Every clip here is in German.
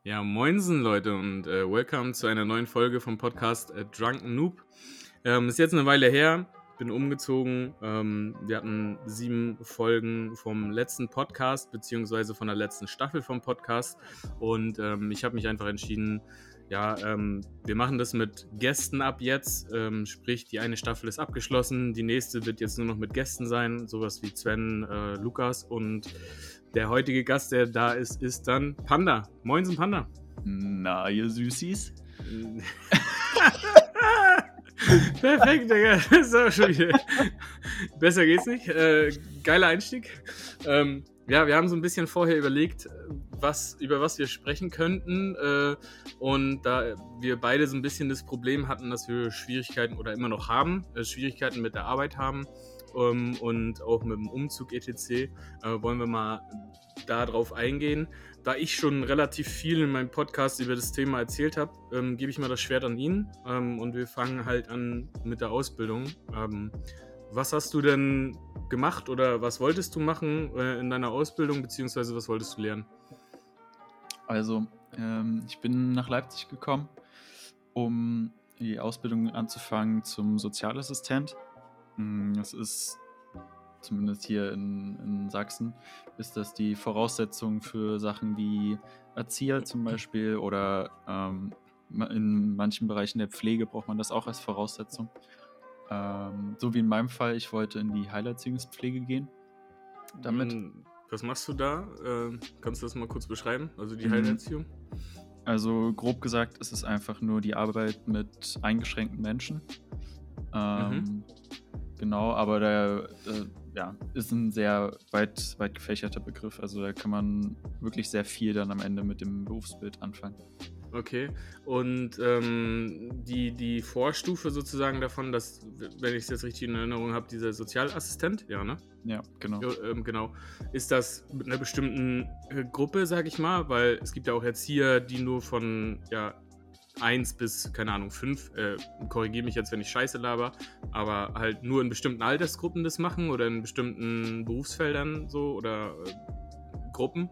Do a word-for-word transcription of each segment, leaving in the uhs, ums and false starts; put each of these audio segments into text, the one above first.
Ja, moinsen Leute und äh, welcome zu einer neuen Folge vom Podcast äh, Drunken Noob. Ähm, ist jetzt eine Weile her, bin umgezogen. Ähm, wir hatten sieben Folgen vom letzten Podcast, beziehungsweise von der letzten Staffel vom Podcast. Und ähm, ich habe mich einfach entschieden, ja, ähm, wir machen das mit Gästen ab jetzt. Ähm, sprich, die eine Staffel ist abgeschlossen, die nächste wird jetzt nur noch mit Gästen sein, sowas wie Sven, äh, Lukas und der heutige Gast, der da ist, ist dann Panda. Moinsen Panda. Na, ihr Süßis. Perfekt, Digga. Das ist aber schon wieder. Besser geht's nicht. Äh, geiler Einstieg. Ähm, ja, wir haben so ein bisschen vorher überlegt, was, über was wir sprechen könnten. Äh, und da wir beide so ein bisschen das Problem hatten, dass wir Schwierigkeiten oder immer noch haben, äh, Schwierigkeiten mit der Arbeit haben ähm, und auch mit dem Umzug et cetera, äh, wollen wir mal darauf eingehen. Da ich schon relativ viel in meinem Podcast über das Thema erzählt habe, ähm, gebe ich mal das Schwert an ihn ähm, und wir fangen halt an mit der Ausbildung. Ähm, was hast du denn gemacht oder was wolltest du machen äh, in deiner Ausbildung, beziehungsweise was wolltest du lernen? Also, ähm, ich bin nach Leipzig gekommen, um die Ausbildung anzufangen zum Sozialassistent. Das ist, zumindest hier in, in Sachsen, ist das die Voraussetzung für Sachen wie Erzieher zum Beispiel oder ähm, in manchen Bereichen der Pflege braucht man das auch als Voraussetzung. Ähm, so wie in meinem Fall, ich wollte in die Heilerziehungspflege gehen. Damit. Was machst du da? Äh, kannst du das mal kurz beschreiben? Also die Mhm. Heilerziehung? Also grob gesagt ist es einfach nur die Arbeit mit eingeschränkten Menschen. Ähm, Mhm. Genau, aber der äh, ja, ist ein sehr weit, weit gefächerter Begriff. Also da kann man wirklich sehr viel dann am Ende mit dem Berufsbild anfangen. Okay, und ähm, die, die Vorstufe sozusagen davon, dass, wenn ich es jetzt richtig in Erinnerung habe, dieser Sozialassistent, ja, ne? Ja, genau. Ja, ähm, genau. Ist das mit einer bestimmten äh, Gruppe, sag ich mal? Weil es gibt ja auch Erzieher, die nur von, ja, eins bis, keine Ahnung, fünf, äh, korrigiere mich jetzt, wenn ich Scheiße laber, aber halt nur in bestimmten Altersgruppen das machen oder in bestimmten Berufsfeldern so oder äh, Gruppen?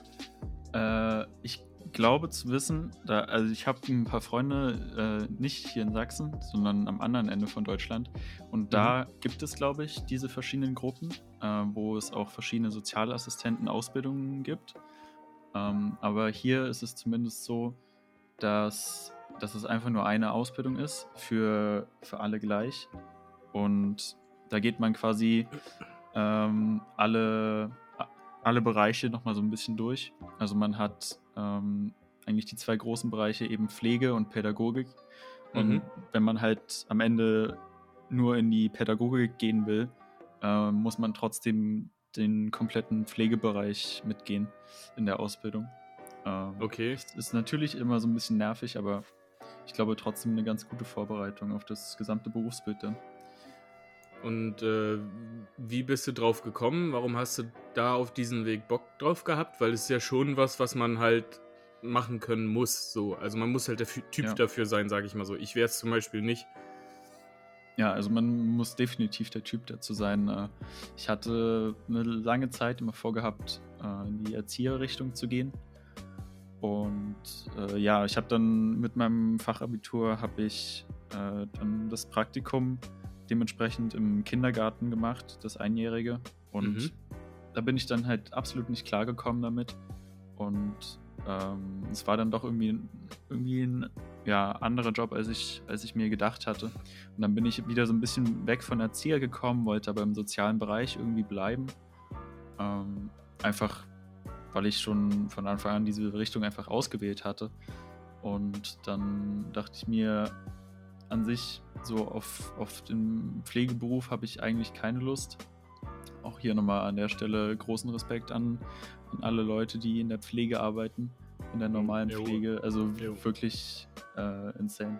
Äh, ich glaube zu wissen, da, also ich habe ein paar Freunde, äh, nicht hier in Sachsen, sondern am anderen Ende von Deutschland. Und da mhm. gibt es, glaube ich, diese verschiedenen Gruppen, äh, wo es auch verschiedene Sozialassistenten-Ausbildungen gibt. Ähm, aber hier ist es zumindest so, dass, dass es einfach nur eine Ausbildung ist für, für alle gleich. Und da geht man quasi ähm, alle, alle Bereiche nochmal so ein bisschen durch. Also man hat ähm, eigentlich die zwei großen Bereiche, eben Pflege und Pädagogik. Und mhm. wenn man halt am Ende nur in die Pädagogik gehen will, äh, muss man trotzdem den kompletten Pflegebereich mitgehen in der Ausbildung. Ähm, okay. Das ist natürlich immer so ein bisschen nervig, aber ich glaube trotzdem eine ganz gute Vorbereitung auf das gesamte Berufsbild dann. Und äh, wie bist du drauf gekommen? Warum hast du da auf diesen Weg Bock drauf gehabt? Weil es ist ja schon was, was man halt machen können muss. So. Also man muss halt der Typ ja. dafür sein, sage ich mal so. Ich wäre es zum Beispiel nicht. Ja, also man muss definitiv der Typ dazu sein. Ich hatte eine lange Zeit immer vorgehabt, in die Erzieherrichtung zu gehen. Und äh, ja, ich habe dann mit meinem Fachabitur habe ich äh, dann das Praktikum dementsprechend im Kindergarten gemacht, das Einjährige. Und mhm. da bin ich dann halt absolut nicht klargekommen damit. Und ähm, es war dann doch irgendwie, irgendwie ein ja, anderer Job, als ich, als ich mir gedacht hatte. Und dann bin ich wieder so ein bisschen weg von Erzieher gekommen, wollte aber im sozialen Bereich irgendwie bleiben. Ähm, einfach, weil ich schon von Anfang an diese Richtung einfach ausgewählt hatte. Und dann dachte ich mir, an sich, so auf, auf den Pflegeberuf habe ich eigentlich keine Lust. Auch hier nochmal an der Stelle großen Respekt an, an alle Leute, die in der Pflege arbeiten, in der normalen jo. Pflege. Also jo. wirklich äh, insane.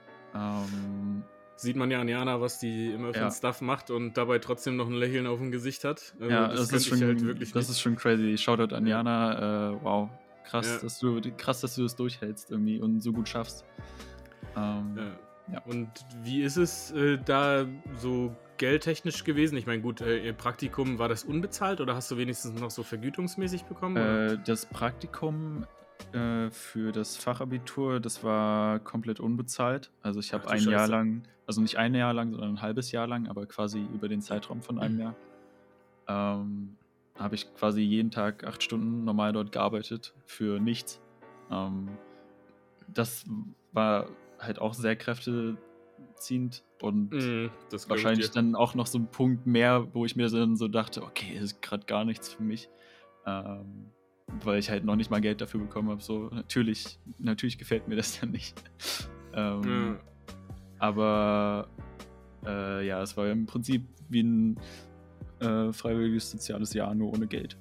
Ähm, Sieht man ja an Jana, was die immer für ja. Stuff macht und dabei trotzdem noch ein Lächeln auf dem Gesicht hat. Also ja, das, das ist schon, halt wirklich das nicht. ist schon crazy. Shoutout an ja. Jana. Äh, wow, krass, ja. dass du, krass, dass du das durchhältst irgendwie und so gut schaffst. Ähm, ja. Ja. Und wie ist es äh, da so geldtechnisch gewesen? Ich meine, gut, äh, ihr Praktikum, war das unbezahlt oder hast du wenigstens noch so vergütungsmäßig bekommen? Äh, das Praktikum äh, für das Fachabitur, das war komplett unbezahlt. Also ich habe Ach du ein Jahr Scheiße. lang, also nicht ein Jahr lang, sondern ein halbes Jahr lang, aber quasi über den Zeitraum von einem Jahr, ähm, habe ich quasi jeden Tag acht Stunden normal dort gearbeitet für nichts. Ähm, das war halt auch sehr kräfteziehend und Mhm, das glaube ich wahrscheinlich dir. dann auch noch so ein Punkt mehr, wo ich mir dann so dachte, okay, das ist gerade gar nichts für mich. Ähm, weil ich halt noch nicht mal Geld dafür bekommen habe. So, natürlich, natürlich gefällt mir das dann nicht. ähm, Ja. aber äh, ja, es war im Prinzip wie ein äh, freiwilliges soziales Jahr, nur ohne Geld.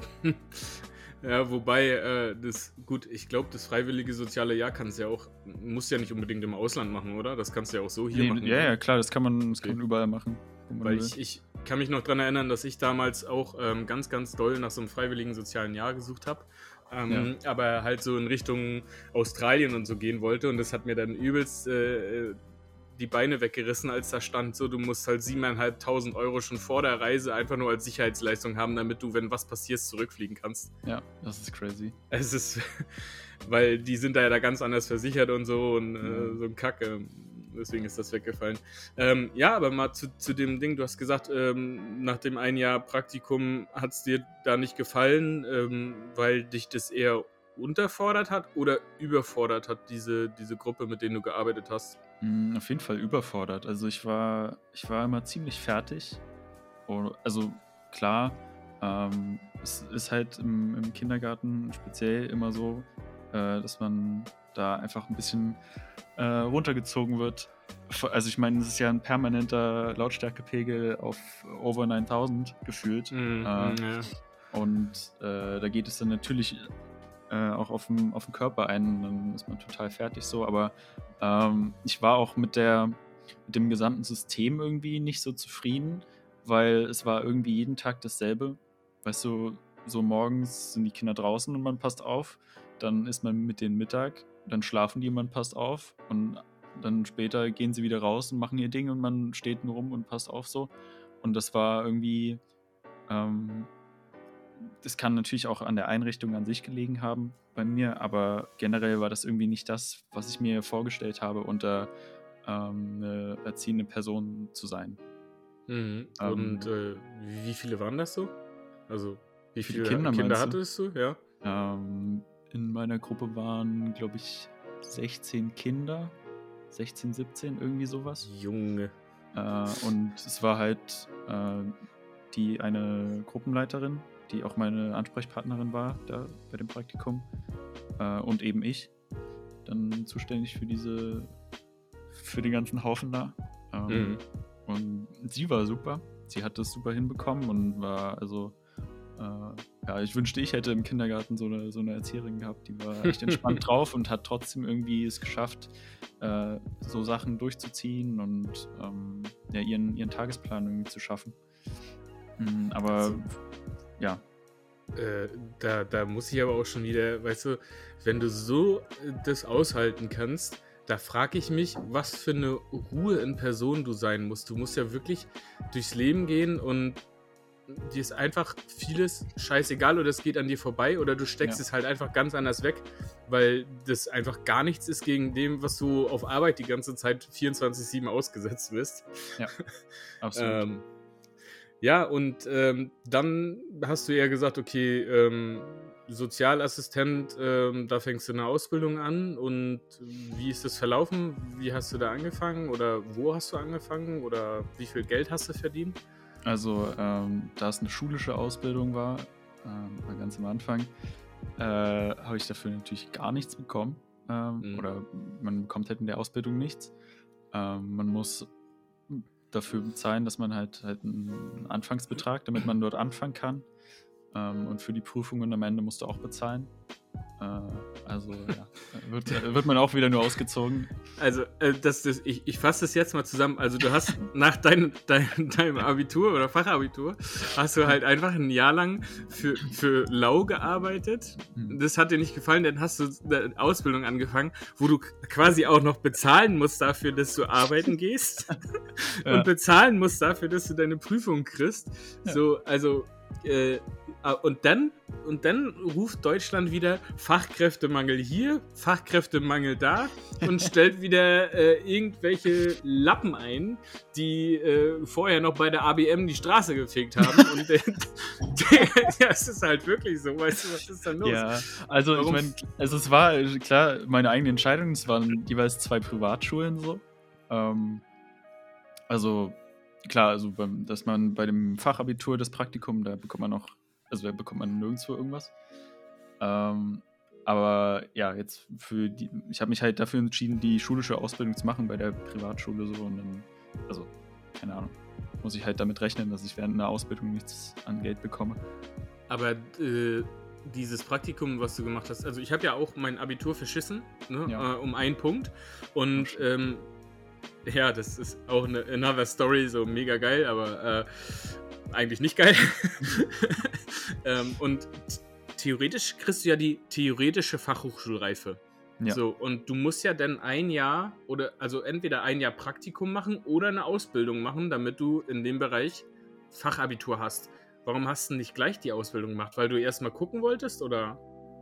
Ja, wobei, äh, das, gut, ich glaube, das freiwillige soziale Jahr kannst du ja auch, musst ja nicht unbedingt im Ausland machen, oder? Das kannst du ja auch so hier Nee, machen, ja, oder? ja, klar, das kann man, das Okay. kann man überall machen, wo man Weil will. ich, ich kann mich noch dran erinnern, dass ich damals auch ähm, ganz, ganz doll nach so einem freiwilligen sozialen Jahr gesucht habe. Ähm, aber halt so in Richtung Australien und so gehen wollte. Und das hat mir dann übelst äh, die Beine weggerissen, als da stand, so, du musst halt siebeneinhalbtausend Euro schon vor der Reise einfach nur als Sicherheitsleistung haben, damit du, wenn was passiert, zurückfliegen kannst. Ja, das ist crazy. Es ist, weil die sind da ja da ganz anders versichert und so und äh, Ja. so ein Kack. Äh, deswegen ist das weggefallen. Ähm, ja, aber mal zu, zu dem Ding, du hast gesagt, ähm, nach dem ein Jahr Praktikum hat es dir da nicht gefallen, ähm, weil dich das eher unterfordert hat oder überfordert hat, diese, diese Gruppe, mit denen du gearbeitet hast? Mm, Auf jeden Fall überfordert. Also ich war, ich war immer ziemlich fertig. Oh, also klar, ähm, es ist halt im, im Kindergarten speziell immer so, äh, dass man da einfach ein bisschen äh, runtergezogen wird. Also ich meine, es ist ja ein permanenter Lautstärkepegel auf over neuntausend gefühlt. Mm, Äh, mm, ja. und äh, da geht es dann natürlich äh, auch auf den, auf den Körper ein. Dann ist man total fertig so. Aber ähm, ich war auch mit, der, mit dem gesamten System irgendwie nicht so zufrieden, weil es war irgendwie jeden Tag dasselbe. Weißt du, so morgens sind die Kinder draußen und man passt auf. Dann isst man mit denen Mittag. Dann schlafen die und man passt auf. Und dann später gehen sie wieder raus und machen ihr Ding und man steht nur rum und passt auf so. Und das war irgendwie... Ähm, das kann natürlich auch an der Einrichtung an sich gelegen haben bei mir, aber generell war das irgendwie nicht das, was ich mir vorgestellt habe, unter ähm, eine erziehende Person zu sein. Mhm. Ähm, Und äh, wie viele waren das so? Also, wie Viele viele Kinder, Kinder meinst du? hattest du? Ja. ähm, in meiner Gruppe waren, glaube ich, sechzehn Kinder, sechzehn, siebzehn, irgendwie sowas. Junge. Äh, und es war halt äh, die eine Gruppenleiterin, die auch meine Ansprechpartnerin war da bei dem Praktikum, äh, und eben ich, dann zuständig für diese, für den ganzen Haufen da. Ähm, Mhm. Und sie war super. Sie hat das super hinbekommen und war also, äh, ja, ich wünschte, ich hätte im Kindergarten so eine, so eine Erzieherin gehabt, die war echt entspannt drauf und hat trotzdem irgendwie es geschafft, äh, so Sachen durchzuziehen und ähm, ja, ihren, ihren Tagesplan irgendwie zu schaffen. Mhm, aber Also, ja, Äh, da, da muss ich aber auch schon wieder, weißt du, wenn du so äh, das aushalten kannst, da frage ich mich, was für eine Ruhe in Person du sein musst. Du musst ja wirklich durchs Leben gehen und dir ist einfach vieles scheißegal oder es geht an dir vorbei oder du steckst Ja. es halt einfach ganz anders weg, weil das einfach gar nichts ist gegen dem, was du auf Arbeit die ganze Zeit vierundzwanzig sieben ausgesetzt bist. Ja, absolut. ähm, ja, und ähm, dann hast du ja gesagt, okay, ähm, Sozialassistent, ähm, da fängst du eine Ausbildung an und wie ist das verlaufen? Wie hast du da angefangen oder wo hast du angefangen oder wie viel Geld hast du verdient? Also, ähm, da es eine schulische Ausbildung war, ähm, mal ganz am Anfang, äh, habe ich dafür natürlich gar nichts bekommen. Ähm, Mhm. Oder man bekommt halt in der Ausbildung nichts. Ähm, man muss dafür bezahlen, dass man halt, halt einen Anfangsbetrag, damit man dort anfangen kann. Ähm, und für die Prüfungen am Ende musst du auch bezahlen. Äh, also, ja, wird, äh, wird man auch wieder nur ausgezogen. Also, äh, das, das, ich, ich fasse das jetzt mal zusammen. Also, du hast nach dein, dein, deinem Abitur oder Fachabitur, hast du halt einfach ein Jahr lang für, für lau gearbeitet. Mhm. Das hat dir nicht gefallen, dann hast du eine Ausbildung angefangen, wo du quasi auch noch bezahlen musst dafür, dass du arbeiten gehst. Ja. Und bezahlen musst dafür, dass du deine Prüfung kriegst. Ja. So, also, äh, Ah, Und dann, und dann ruft Deutschland wieder Fachkräftemangel hier, Fachkräftemangel da und stellt wieder äh, irgendwelche Lappen ein, die äh, vorher noch bei der A B M die Straße gefegt haben. Und äh, ja, es ist halt wirklich so, weißt du, was ist da los? Ja, also Warum- ich meine, also es war äh, klar meine eigene Entscheidung, es waren jeweils zwei Privatschulen so. Ähm, also klar, also beim, dass man bei dem Fachabitur das Praktikum, da bekommt man noch, also da bekommt man nirgendwo irgendwas. Ähm, aber ja, jetzt für die, ich habe mich halt dafür entschieden, die schulische Ausbildung zu machen bei der Privatschule so und dann, also keine Ahnung, muss ich halt damit rechnen, dass ich während einer Ausbildung nichts an Geld bekomme. Aber äh, dieses Praktikum, was du gemacht hast, also ich habe ja auch mein Abitur verschissen, ne, Ja. äh, um einen Punkt. Und Oh, shit. ähm, ja, das ist auch eine another story, so mega geil, aber äh, eigentlich nicht geil. ähm, und t- theoretisch kriegst du ja die theoretische Fachhochschulreife. Ja. So, und du musst ja dann ein Jahr oder also entweder ein Jahr Praktikum machen oder eine Ausbildung machen, damit du in dem Bereich Fachabitur hast. Warum hast du nicht gleich die Ausbildung gemacht? Weil du erst mal gucken wolltest, oder?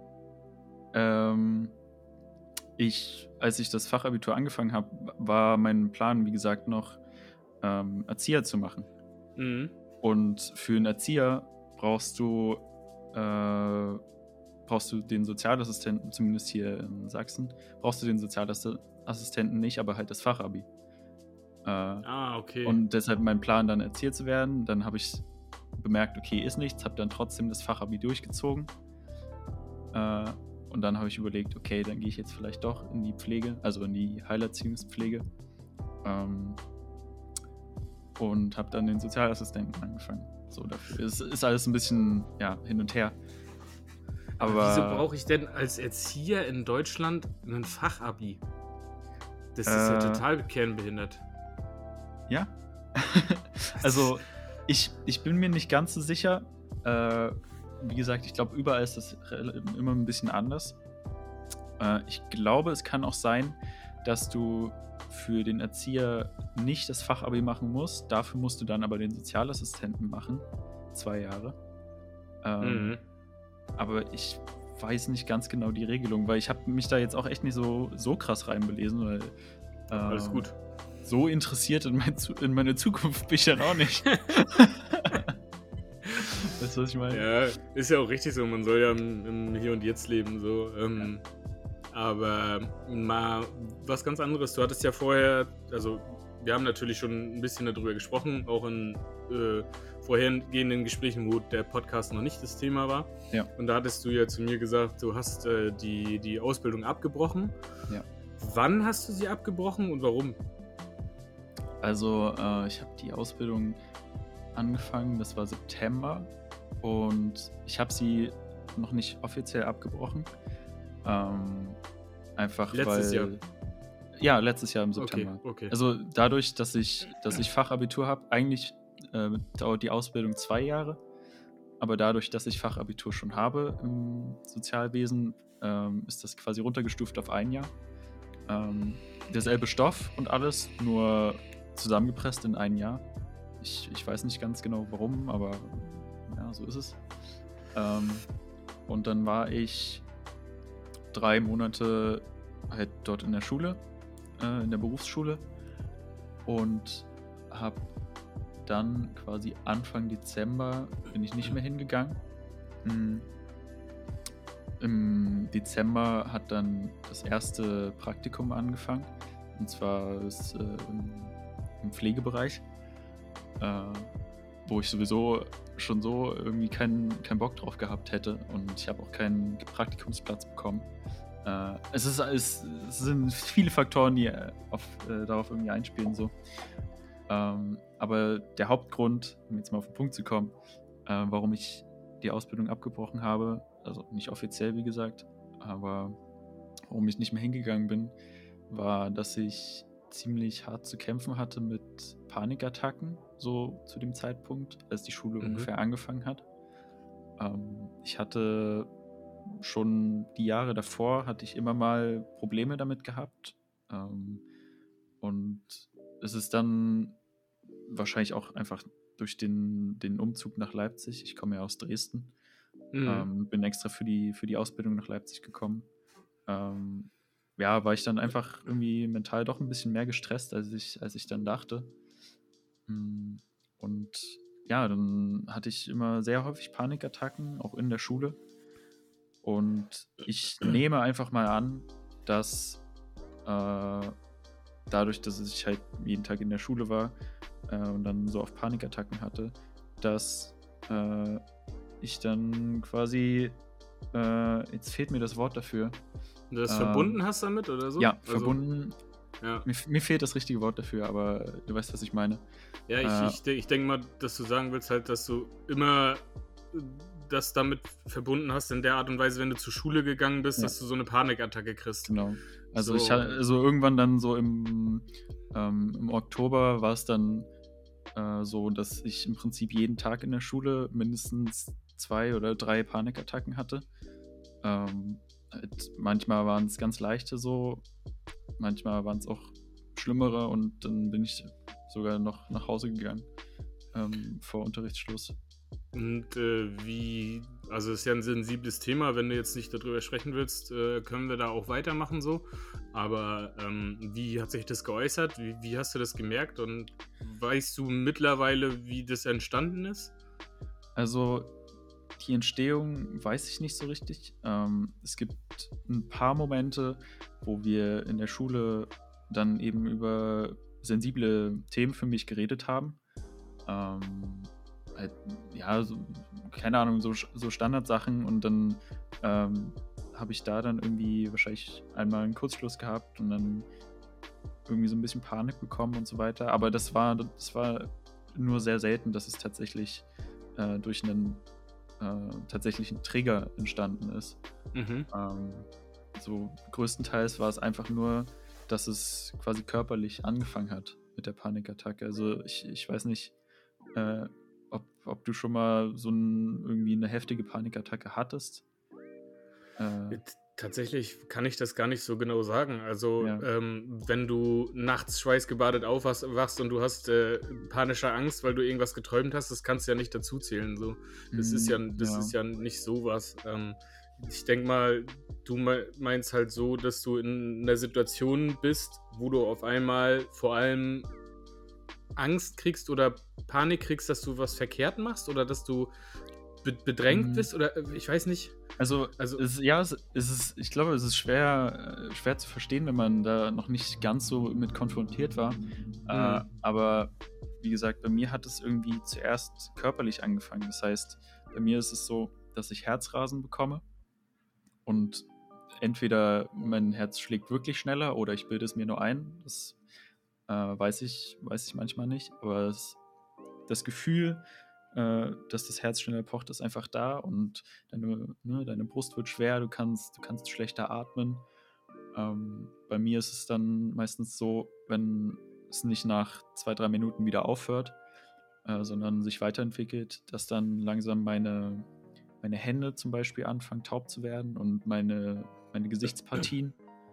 Ähm, ich, als ich das Fachabitur angefangen habe, war mein Plan, wie gesagt, noch ähm, Erzieher zu machen. Mhm. Und für einen Erzieher brauchst du äh, brauchst du den Sozialassistenten, zumindest hier in Sachsen, brauchst du den Sozialassistenten nicht, aber halt das Fachabi. Äh, Ah, okay. und deshalb mein Plan, dann Erzieher zu werden. Dann habe ich bemerkt, okay, ist nichts, habe dann trotzdem das Fachabi durchgezogen. Äh, und dann habe ich überlegt, okay, dann gehe ich jetzt vielleicht doch in die Pflege, also in die Heilerziehungspflege. Ähm, und habe dann den Sozialassistenten angefangen. So dafür. Es ist alles ein bisschen ja, hin und her. Aber Aber wieso brauche ich denn als Erzieher in Deutschland einen Fachabi? Das ist ja Äh, total kernbehindert. ja. Also ich, ich bin mir nicht ganz so sicher. Äh, wie gesagt, ich glaube, überall ist das rel- immer ein bisschen anders. Äh, ich glaube, es kann auch sein, dass du für den Erzieher nicht das Fachabi machen musst. Dafür musst du dann aber den Sozialassistenten machen. Zwei Jahre. Ähm, Mhm. Aber ich weiß nicht ganz genau die Regelung, weil ich habe mich da jetzt auch echt nicht so, so krass reinbelesen, weil ähm, Alles gut. so interessiert in, mein, Zu- in meine Zukunft bin ich dann auch nicht. Weißt du, was ich meine? Ja, ist ja auch richtig so. Man soll ja im, im Hier und Jetzt leben. So. Ähm, Aber mal was ganz anderes. Du hattest ja vorher, also wir haben natürlich schon ein bisschen darüber gesprochen, auch in äh, vorhergehenden Gesprächen, wo der Podcast noch nicht das Thema war. Ja. Und da hattest du ja zu mir gesagt, du hast äh, die, die Ausbildung abgebrochen. Ja. Wann hast du sie abgebrochen und warum? Also äh, ich habe die Ausbildung angefangen, das war September und ich habe sie noch nicht offiziell abgebrochen. Ähm, einfach Letztes weil... Jahr? Ja, letztes Jahr im Okay, September. okay. Also dadurch, dass ich, dass ich Fachabitur habe, eigentlich äh, dauert die Ausbildung zwei Jahre, aber dadurch, dass ich Fachabitur schon habe im Sozialwesen, ähm, ist das quasi runtergestuft auf ein Jahr. Ähm, derselbe Stoff und alles, nur zusammengepresst in ein Jahr. Ich, ich weiß nicht ganz genau warum, aber ja, so ist es. Ähm, und dann war ich drei Monate halt dort in der Schule, äh, in der Berufsschule und habe dann quasi Anfang Dezember bin ich nicht mehr hingegangen. Mhm. Im Dezember hat dann das erste Praktikum angefangen, und zwar ist, äh, im, im Pflegebereich, äh, wo ich sowieso schon so irgendwie keinen keinen Bock drauf gehabt hätte und ich habe auch keinen Praktikumsplatz bekommen. Äh, es, ist, es, es sind viele Faktoren, die äh, auf, äh, darauf irgendwie einspielen. So. Ähm, aber der Hauptgrund, um jetzt mal auf den Punkt zu kommen, äh, warum ich die Ausbildung abgebrochen habe, also nicht offiziell wie gesagt, aber warum ich nicht mehr hingegangen bin, war, dass ich ziemlich hart zu kämpfen hatte mit Panikattacken, so zu dem Zeitpunkt, als die Schule Mhm. ungefähr angefangen hat. Ähm, ich hatte schon die Jahre davor, hatte ich immer mal Probleme damit gehabt. Ähm, und es ist dann wahrscheinlich auch einfach durch den, den Umzug nach Leipzig, ich komme ja aus Dresden, Mhm. Ähm, bin extra für die, für die Ausbildung nach Leipzig gekommen. Ähm, ja, war ich dann einfach irgendwie mental doch ein bisschen mehr gestresst, als ich, als ich dann dachte. Mm, Und ja, dann hatte ich immer sehr häufig Panikattacken, auch in der Schule. Und ich nehme einfach mal an, dass äh, dadurch, dass ich halt jeden Tag in der Schule war äh, und dann so oft Panikattacken hatte, dass äh, ich dann quasi, äh, jetzt fehlt mir das Wort dafür. Du das Ähm, verbunden hast damit oder so? ja, Also, verbunden. ja. Mir, mir fehlt das richtige Wort dafür, aber du weißt, was ich meine. Ja, ich, Äh, ich, de- ich denke mal, dass du sagen willst halt, dass du immer äh, das damit verbunden hast, in der Art und Weise, wenn du zur Schule gegangen bist, ja, dass du so eine Panikattacke kriegst. genau. Also ich So, hatte, also irgendwann dann so im, ähm, im Oktober war es dann äh, so, dass ich im Prinzip jeden Tag in der Schule mindestens zwei oder drei Panikattacken hatte. Ähm, halt manchmal waren es ganz leichte so, manchmal waren es auch schlimmere und dann bin ich sogar noch nach Hause gegangen ähm, vor Unterrichtsschluss. und äh, wie, also es ist ja ein sensibles Thema, wenn du jetzt nicht darüber sprechen willst, äh, können wir da auch weitermachen so. Aber ähm, wie hat sich das geäußert? Wie, wie hast du das gemerkt? Und weißt du mittlerweile, wie das entstanden ist? Also die Entstehung weiß ich nicht so richtig. Ähm, es gibt ein paar Momente, wo wir in der Schule dann eben über sensible Themen für mich geredet haben. Ähm, halt, ja, so, keine Ahnung, so, so Standardsachen und dann ähm, habe ich da dann irgendwie wahrscheinlich einmal einen Kurzschluss gehabt und dann irgendwie so ein bisschen Panik bekommen und so weiter. Aber das war, das war nur sehr selten, dass es tatsächlich äh, durch einen äh, tatsächlichen Trigger entstanden ist. Mhm. Ähm, so größtenteils war es einfach nur, dass es quasi körperlich angefangen hat mit der Panikattacke. Also ich, ich weiß nicht, äh, ob, ob du schon mal so ein, irgendwie eine heftige Panikattacke hattest. Äh, T- Tatsächlich kann ich das gar nicht so genau sagen. Also, ja. ähm, wenn du nachts schweißgebadet aufwachst wachst und du hast äh, panische Angst, weil du irgendwas geträumt hast, das kannst du ja nicht dazu zählen. So. Das ist ja, Mm, das ja. ist ja nicht sowas. Ähm, ich denke mal, du me- meinst halt so, dass du in einer Situation bist, wo du auf einmal vor allem Angst kriegst oder Panik kriegst, dass du was verkehrt machst oder dass du be bedrängt Mm, bist oder äh, ich weiß nicht. Also, Also, es, ja, es, es ist, ich glaube, es ist schwer, äh, schwer zu verstehen, wenn man da noch nicht ganz so mit konfrontiert war. Äh, hm, aber wie gesagt, bei mir hat es irgendwie zuerst körperlich angefangen. Das heißt, bei mir ist es so, dass ich Herzrasen bekomme und entweder mein Herz schlägt wirklich schneller oder ich bilde es mir nur ein. Das äh, weiß ich, weiß ich manchmal nicht. Aber es, das Gefühl, äh, dass das Herz schneller pocht, ist einfach da und deine, ne, deine Brust wird schwer, du kannst, du kannst schlechter atmen. Ähm, bei mir ist es dann meistens so, wenn es nicht nach zwei, drei Minuten wieder aufhört, äh, sondern sich weiterentwickelt, dass dann langsam meine, meine Hände zum Beispiel anfangen taub zu werden und meine, meine Gesichtspartien.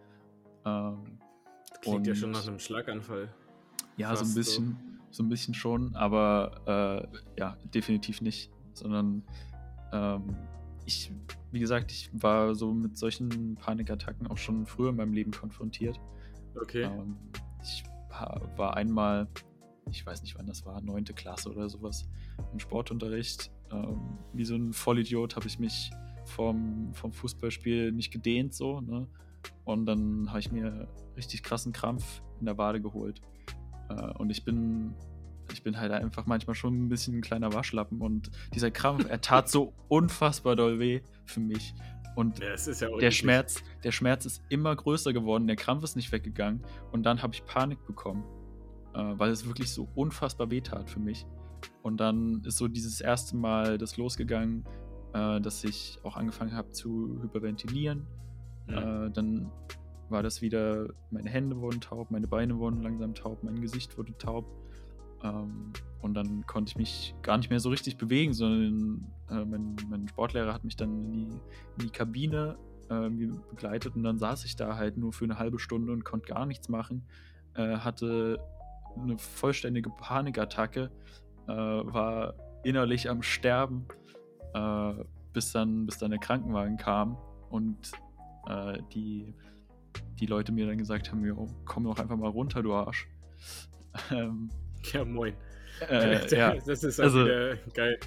Ähm, klingt ja schon nach und einem Schlaganfall. ja, so ein Fast so. bisschen, so ein bisschen schon, aber äh, ja, definitiv nicht, sondern ähm, ich, wie gesagt, ich war so mit solchen Panikattacken auch schon früher in meinem Leben konfrontiert. Okay. Ähm, ich war einmal, ich weiß nicht wann das war, neunte Klasse oder sowas, im Sportunterricht. Ähm, wie so ein Vollidiot habe ich mich vom, vom Fußballspiel nicht gedehnt so, ne? Und dann habe ich mir richtig krassen Krampf in der Wade geholt. Äh, und ich bin, ich bin halt einfach manchmal schon ein bisschen ein kleiner Waschlappen und dieser Krampf, er tat so unfassbar doll weh für mich. Und Ja, es ist ja auch der eklig. Schmerz, der Schmerz ist immer größer geworden, der Krampf ist nicht weggegangen und dann habe ich Panik bekommen, äh, weil es wirklich so unfassbar weh tat für mich. Und dann ist so dieses erste Mal das losgegangen, äh, dass ich auch angefangen habe zu hyperventilieren. Hm. Äh, dann war das wieder, meine Hände wurden taub, meine Beine wurden langsam taub, mein Gesicht wurde taub. Ähm, und dann konnte ich mich gar nicht mehr so richtig bewegen, sondern äh, mein, mein Sportlehrer hat mich dann in die, in die Kabine äh, begleitet und dann saß ich da halt nur für eine halbe Stunde und konnte gar nichts machen. Äh, hatte eine vollständige Panikattacke, äh, war innerlich am Sterben, äh, bis dann, bis dann der Krankenwagen kam und äh, die, die Leute mir dann gesagt haben, jo, komm doch einfach mal runter, du Arsch. ähm, Ja, moin. Äh, ja, das ist also, wieder geil.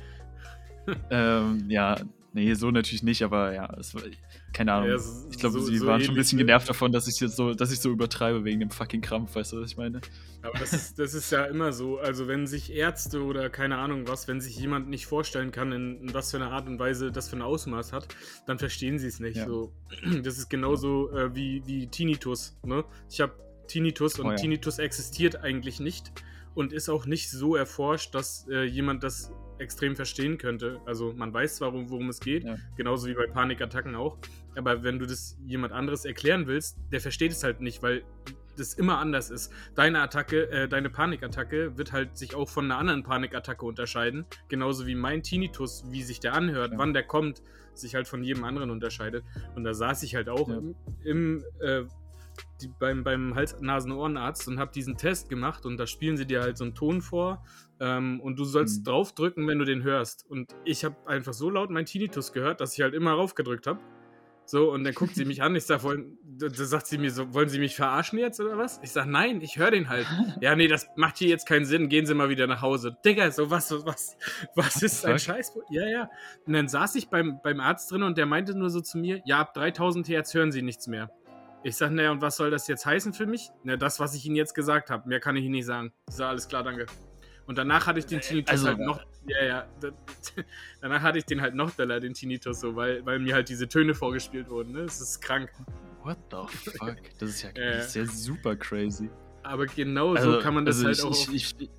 Ähm, ja, nee, so natürlich nicht, aber ja, es war, keine Ahnung. Ja, so, ich glaube, so, sie so waren schon ein bisschen ähnlich, genervt davon, dass ich jetzt so, dass ich so übertreibe wegen dem fucking Krampf, weißt du, was ich meine? Aber das ist, das ist ja immer so, also wenn sich Ärzte oder keine Ahnung was, wenn sich jemand nicht vorstellen kann, in, in was für eine Art und Weise das für ein Ausmaß hat, dann verstehen sie es nicht. Ja. So. Das ist genauso äh, wie, wie Tinnitus. Ne? Ich habe Tinnitus und Oh ja. Tinnitus existiert eigentlich nicht und ist auch nicht so erforscht, dass äh, jemand das extrem verstehen könnte. Also man weiß zwar, worum, worum es geht, Ja. genauso wie bei Panikattacken auch, aber wenn du das jemand anderes erklären willst, der versteht es halt nicht, weil das immer anders ist. Deine Attacke, äh, deine Panikattacke wird halt sich auch von einer anderen Panikattacke unterscheiden, genauso wie mein Tinnitus, wie sich der anhört, Ja. wann der kommt, sich halt von jedem anderen unterscheidet. Und da saß ich halt auch Ja. im, im äh, die, beim, beim Hals-Nasen-Ohrenarzt und habe diesen Test gemacht und da spielen sie dir halt so einen Ton vor ähm, und du sollst Mhm. draufdrücken, wenn du den hörst. Und ich habe einfach so laut meinen Tinnitus gehört, dass ich halt immer raufgedrückt habe. So, und dann guckt sie mich an, ich sag, wollen, da sagt sie mir so, wollen Sie mich verarschen jetzt oder was? Ich sag, nein, ich höre den halt. Ja, nee, das macht hier jetzt keinen Sinn, gehen Sie mal wieder nach Hause. Digga, so was, was, was ist ein Scheiß? Ja, ja. Und dann saß ich beim, beim Arzt drin und der meinte nur so zu mir, ja, ab dreitausend Hertz hören Sie nichts mehr. Ich sag, naja, und was soll das jetzt heißen für mich? Na, das, was ich Ihnen jetzt gesagt habe, mehr kann ich Ihnen nicht sagen. Ich sag, alles klar, danke. Und danach hatte ich den Tinnitus Also- halt noch, ja, ja, da- danach hatte ich den halt noch doller, den Tinnitus, so, weil, weil mir halt diese Töne vorgespielt wurden, ne? Das ist krank. What the fuck? Das ist ja, Ja. das ist ja super crazy. Aber genau Also, so kann man das also halt ich, auch. ich, ich,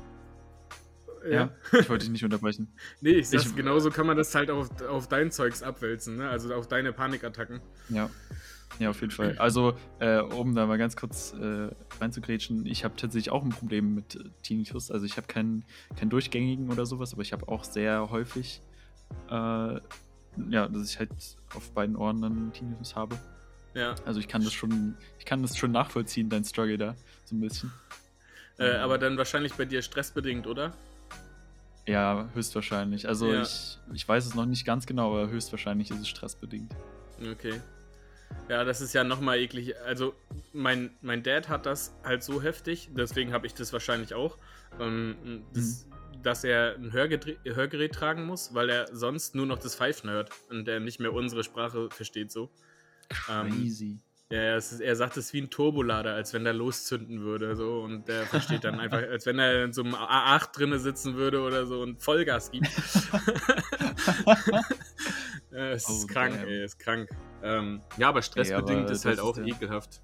auf, ja, ich wollte dich nicht unterbrechen. Nee, ich sag's, ich- genauso kann man das halt auch auf, auf dein Zeugs abwälzen, ne? Also auf deine Panikattacken. Ja. Ja, auf jeden Fall. Also, äh, um da mal ganz kurz äh, reinzugrätschen, ich habe tatsächlich auch ein Problem mit äh, Tinnitus. Also ich habe keinen, keinen durchgängigen oder sowas, aber ich habe auch sehr häufig, äh, ja, dass ich halt auf beiden Ohren dann Tinnitus habe. Ja. Also ich kann das schon, ich kann das schon nachvollziehen, dein Struggle da, so ein bisschen. Äh, aber dann wahrscheinlich bei dir stressbedingt, oder? Ja, höchstwahrscheinlich. Also Ja. ich, ich weiß es noch nicht ganz genau, aber höchstwahrscheinlich ist es stressbedingt. Okay. Ja, das ist ja nochmal eklig. Also, mein, mein Dad hat das halt so heftig, deswegen habe ich das wahrscheinlich auch, ähm, das, dass er ein Hörgerät, Hörgerät tragen muss, weil er sonst nur noch das Pfeifen hört und er nicht mehr unsere Sprache versteht so. Ähm, Crazy. ja, es ist, er sagt es ist wie ein Turbolader, als wenn der loszünden würde so und der versteht dann einfach, als wenn er in so einem A acht drinne sitzen würde oder so und Vollgas gibt. Ja, es ist Oh, krank, damn. ey, ist krank. Ähm, ja, aber stressbedingt aber ist halt das auch ist ja- ekelhaft.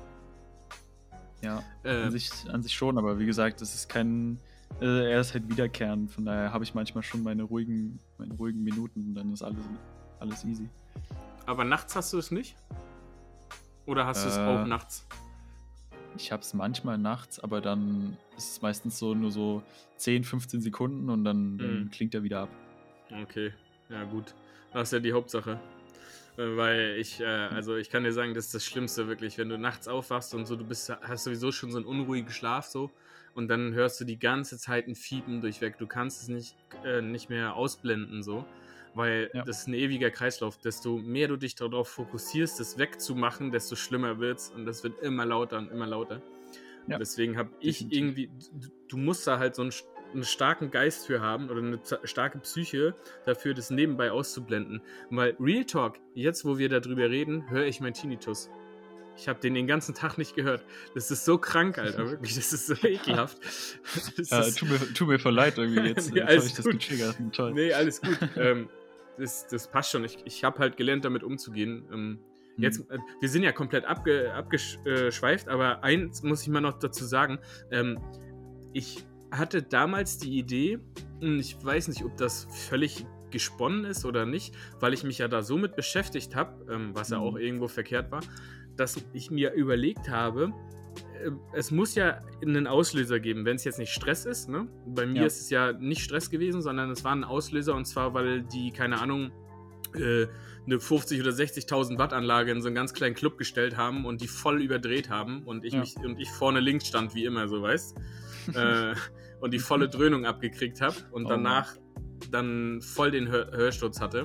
Ja, Äh, an sich, an sich schon, aber wie gesagt, es ist kein. Äh, er ist halt wiederkehrend, von daher habe ich manchmal schon meine ruhigen, meine ruhigen Minuten und dann ist alles, alles easy. aber nachts hast du es nicht? Oder hast du es Äh, auch nachts? Ich habe es manchmal nachts, aber dann ist es meistens so nur so zehn, fünfzehn Sekunden und dann, dann Mhm. klingt er wieder ab. Okay, ja gut. Das ist ja die Hauptsache. Äh, Weil ich, äh, also ich kann dir sagen, das ist das Schlimmste wirklich, wenn du nachts aufwachst und so, du bist, hast sowieso schon so einen unruhigen Schlaf so und dann hörst du die ganze Zeit ein Fiepen durchweg. Du kannst es nicht, äh, nicht mehr ausblenden so, weil Ja. das ist ein ewiger Kreislauf. Desto mehr du dich darauf fokussierst, das wegzumachen, desto schlimmer wird's und das wird immer lauter und immer lauter. Ja, Und deswegen habe ich definitiv. irgendwie, du, du musst da halt so einen, einen starken Geist für haben oder eine z- starke Psyche dafür, das nebenbei auszublenden. Weil Real Talk, jetzt wo wir darüber reden, höre ich meinen Tinnitus. Ich habe den den ganzen Tag nicht gehört. Das ist so krank, Alter, wirklich. Das ist so ekelhaft. Das Ja, ist, tut, mir, tut mir voll leid irgendwie jetzt. Ja, Jetzt alles habe ich das gut. getriggert. Toll. nee, alles gut. ähm, das, das passt schon. Ich, ich habe halt gelernt, damit umzugehen. Ähm, Hm. Jetzt, äh, wir sind ja komplett abge, abgeschweift, aber eins muss ich mal noch dazu sagen. Ähm, ich hatte damals die Idee, und ich weiß nicht, ob das völlig gesponnen ist oder nicht, weil ich mich ja da so mit beschäftigt habe, ähm, was ja Mhm. auch irgendwo verkehrt war, dass ich mir überlegt habe, äh, es muss ja einen Auslöser geben, wenn es jetzt nicht Stress ist. Ne? Bei mir Ja. ist es ja nicht Stress gewesen, sondern es war ein Auslöser und zwar, weil die, keine Ahnung, äh, eine fünfzig- oder sechzigtausend Watt Anlage in so einen ganz kleinen Club gestellt haben und die voll überdreht haben und ich, Ja. mich, und ich vorne links stand, wie immer, so weißt äh, und die volle Dröhnung abgekriegt habe und Oh danach dann voll den Hör Hörsturz hatte. Und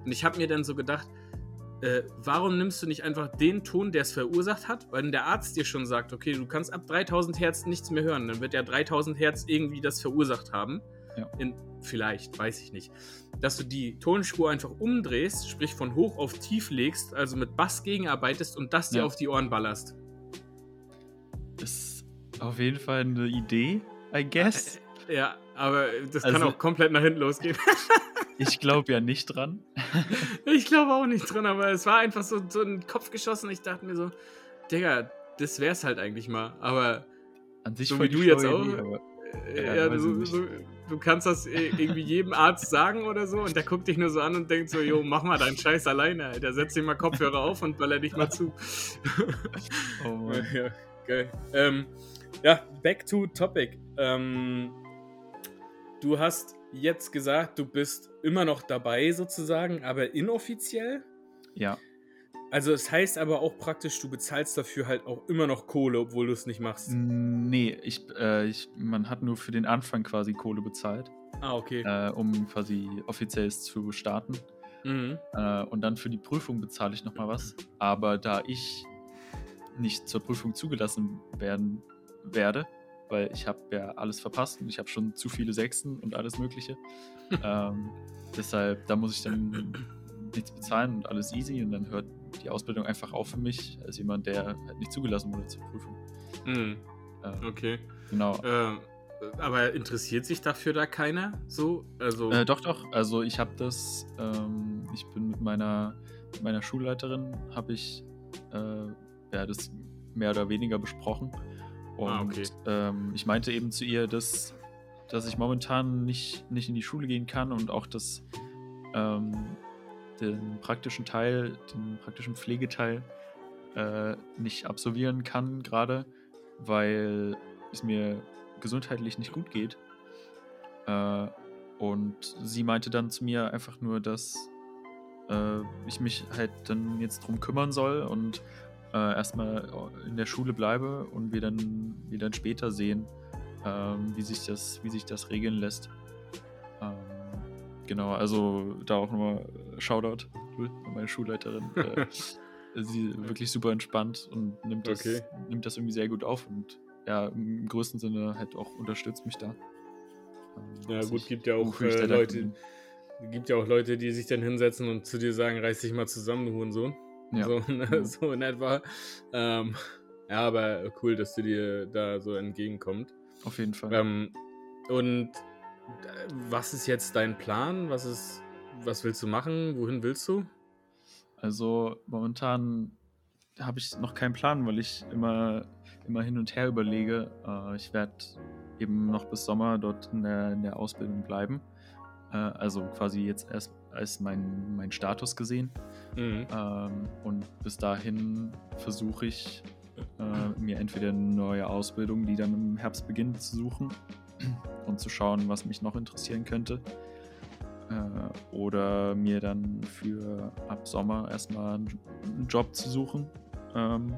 Und ich habe mir dann so gedacht, äh, warum nimmst du nicht einfach den Ton, der es verursacht hat? Weil wenn der Arzt dir schon sagt, okay, du kannst ab dreitausend Hertz nichts mehr hören, dann wird ja dreitausend Hertz irgendwie das verursacht haben. Ja. In, vielleicht, weiß ich nicht. Dass du die Tonspur einfach umdrehst, sprich von hoch auf tief legst, also mit Bass gegenarbeitest und das dir Ja. auf die Ohren ballerst. Das ist auf jeden Fall eine Idee, I guess. Ja, aber das Also- kann auch komplett nach hinten losgehen. Ich glaube ja nicht dran. Ich glaube auch nicht dran, aber es war einfach so, so in den Kopf geschossen. Ich dachte mir so, Digga, das wär's halt eigentlich mal. Aber An sich so voll wie die du jetzt schlaue auch, Idee, aber äh, Ja, ja, weiß du, ich du, du kannst das äh, irgendwie jedem Arzt sagen oder so und der guckt dich nur so an und denkt so, jo, mach mal deinen Scheiß alleine, Alter. Setz dir mal Kopfhörer auf und baller dich mal zu. oh Mann. Ja, geil. Ähm, ja, back to topic. Ähm, du hast jetzt gesagt, du bist immer noch dabei sozusagen, aber inoffiziell. Ja, Also es heißt aber auch praktisch, du bezahlst dafür halt auch immer noch Kohle, obwohl du es nicht machst. nee, ich, äh, ich, man hat nur für den Anfang quasi Kohle bezahlt, Ah, okay. äh, um quasi offiziell zu starten. Mhm. Äh, und dann für die Prüfung bezahle ich nochmal was. Aber da ich nicht zur Prüfung zugelassen werden werde, weil ich habe ja alles verpasst und ich habe schon zu viele Sechsten und alles Mögliche. ähm, deshalb, da muss ich dann nichts bezahlen und alles easy und dann hört die Ausbildung einfach auf für mich, als jemand, der halt nicht zugelassen wurde zur Prüfung. Mhm. Ähm, Okay. Genau. Äh, aber interessiert sich dafür da keiner? So? Also. Äh, doch, doch. Also ich habe das, ähm, ich bin mit meiner, mit meiner Schulleiterin, habe ich äh, ja, das mehr oder weniger besprochen. Und Ah, okay. ähm, ich meinte eben zu ihr, dass, dass ich momentan nicht, nicht in die Schule gehen kann und auch das, ähm, den praktischen Teil, den praktischen Pflegeteil äh, nicht absolvieren kann gerade, weil es mir gesundheitlich nicht gut geht. Äh, und sie meinte dann zu mir einfach nur, dass äh, ich mich halt dann jetzt drum kümmern soll und äh, erstmal in der Schule bleibe und wir dann, wir dann später sehen, ähm, wie sich das, wie sich das regeln lässt. Ähm, genau, also da auch nochmal Shoutout an meine Schulleiterin. äh, sie ist wirklich super entspannt und nimmt das, Okay. nimmt das irgendwie sehr gut auf und ja, im größten Sinne halt auch unterstützt mich da. Ähm, Ja, was gut, ich- gibt ja auch wofür ich äh, sehr dankbar Leute, bin. gibt ja auch Leute, die sich dann hinsetzen und zu dir sagen, reiß dich mal zusammen, du Hurensohn. Ja. So, ne, Ja. so in etwa. Ähm, ja, aber cool, dass du dir da so entgegenkommt. Auf jeden Fall. Ähm, und äh, was ist jetzt dein Plan? Was ist, was willst du machen? Wohin willst du? Also momentan habe ich noch keinen Plan, weil ich immer, immer hin und her überlege. Äh, ich werde eben noch bis Sommer dort in der, in der Ausbildung bleiben. Äh, also quasi jetzt erst als mein, mein Status gesehen. Mhm. Ähm, und bis dahin versuche ich, äh, mir entweder eine neue Ausbildung, die dann im Herbst beginnt, zu suchen und zu schauen, was mich noch interessieren könnte. Äh, oder mir dann für ab Sommer erstmal einen einen Job zu suchen. Ähm,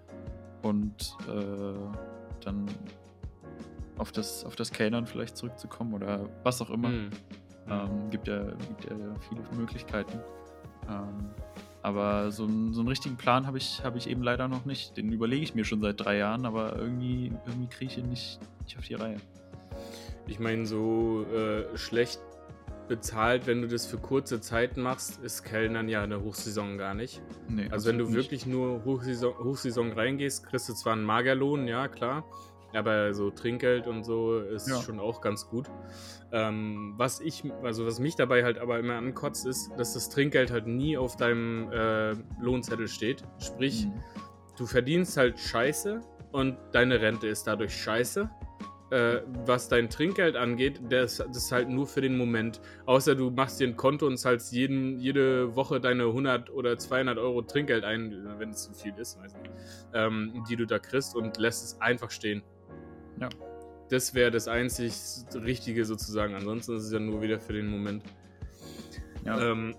und äh, dann auf das, auf das Kellnern vielleicht zurückzukommen oder was auch immer. Mhm. Ähm, gibt, ja, gibt ja viele Möglichkeiten. Ähm, aber so, einen- so einen richtigen Plan habe ich, hab ich eben leider noch nicht. Den überlege ich mir schon seit drei Jahren, aber irgendwie, irgendwie kriege ich ihn nicht, nicht auf die Reihe. Ich meine, so äh, schlecht bezahlt, wenn du das für kurze Zeit machst, ist Kellnern ja eine Hochsaison gar nicht. Nee, Also wenn du absolut nicht. wirklich nur Hochsaison, Hochsaison reingehst, kriegst du zwar einen Magerlohn, ja klar, aber so Trinkgeld und so ist Ja. schon auch ganz gut. Ähm, was ich, also was mich dabei halt aber immer ankotzt, ist, dass das Trinkgeld halt nie auf deinem äh, Lohnzettel steht. Sprich, Mhm. du verdienst halt Scheiße und deine Rente ist dadurch Scheiße. Äh, was dein Trinkgeld angeht, das, das ist halt nur für den Moment. Außer du machst dir ein Konto und zahlst jeden, jede Woche deine hundert oder zweihundert Euro Trinkgeld ein, wenn es zu viel ist, weiß nicht, ähm, die du da kriegst und lässt es einfach stehen. Ja. Das wäre das einzig Richtige sozusagen. Ansonsten ist es ja nur wieder für den Moment. Ja. Ähm,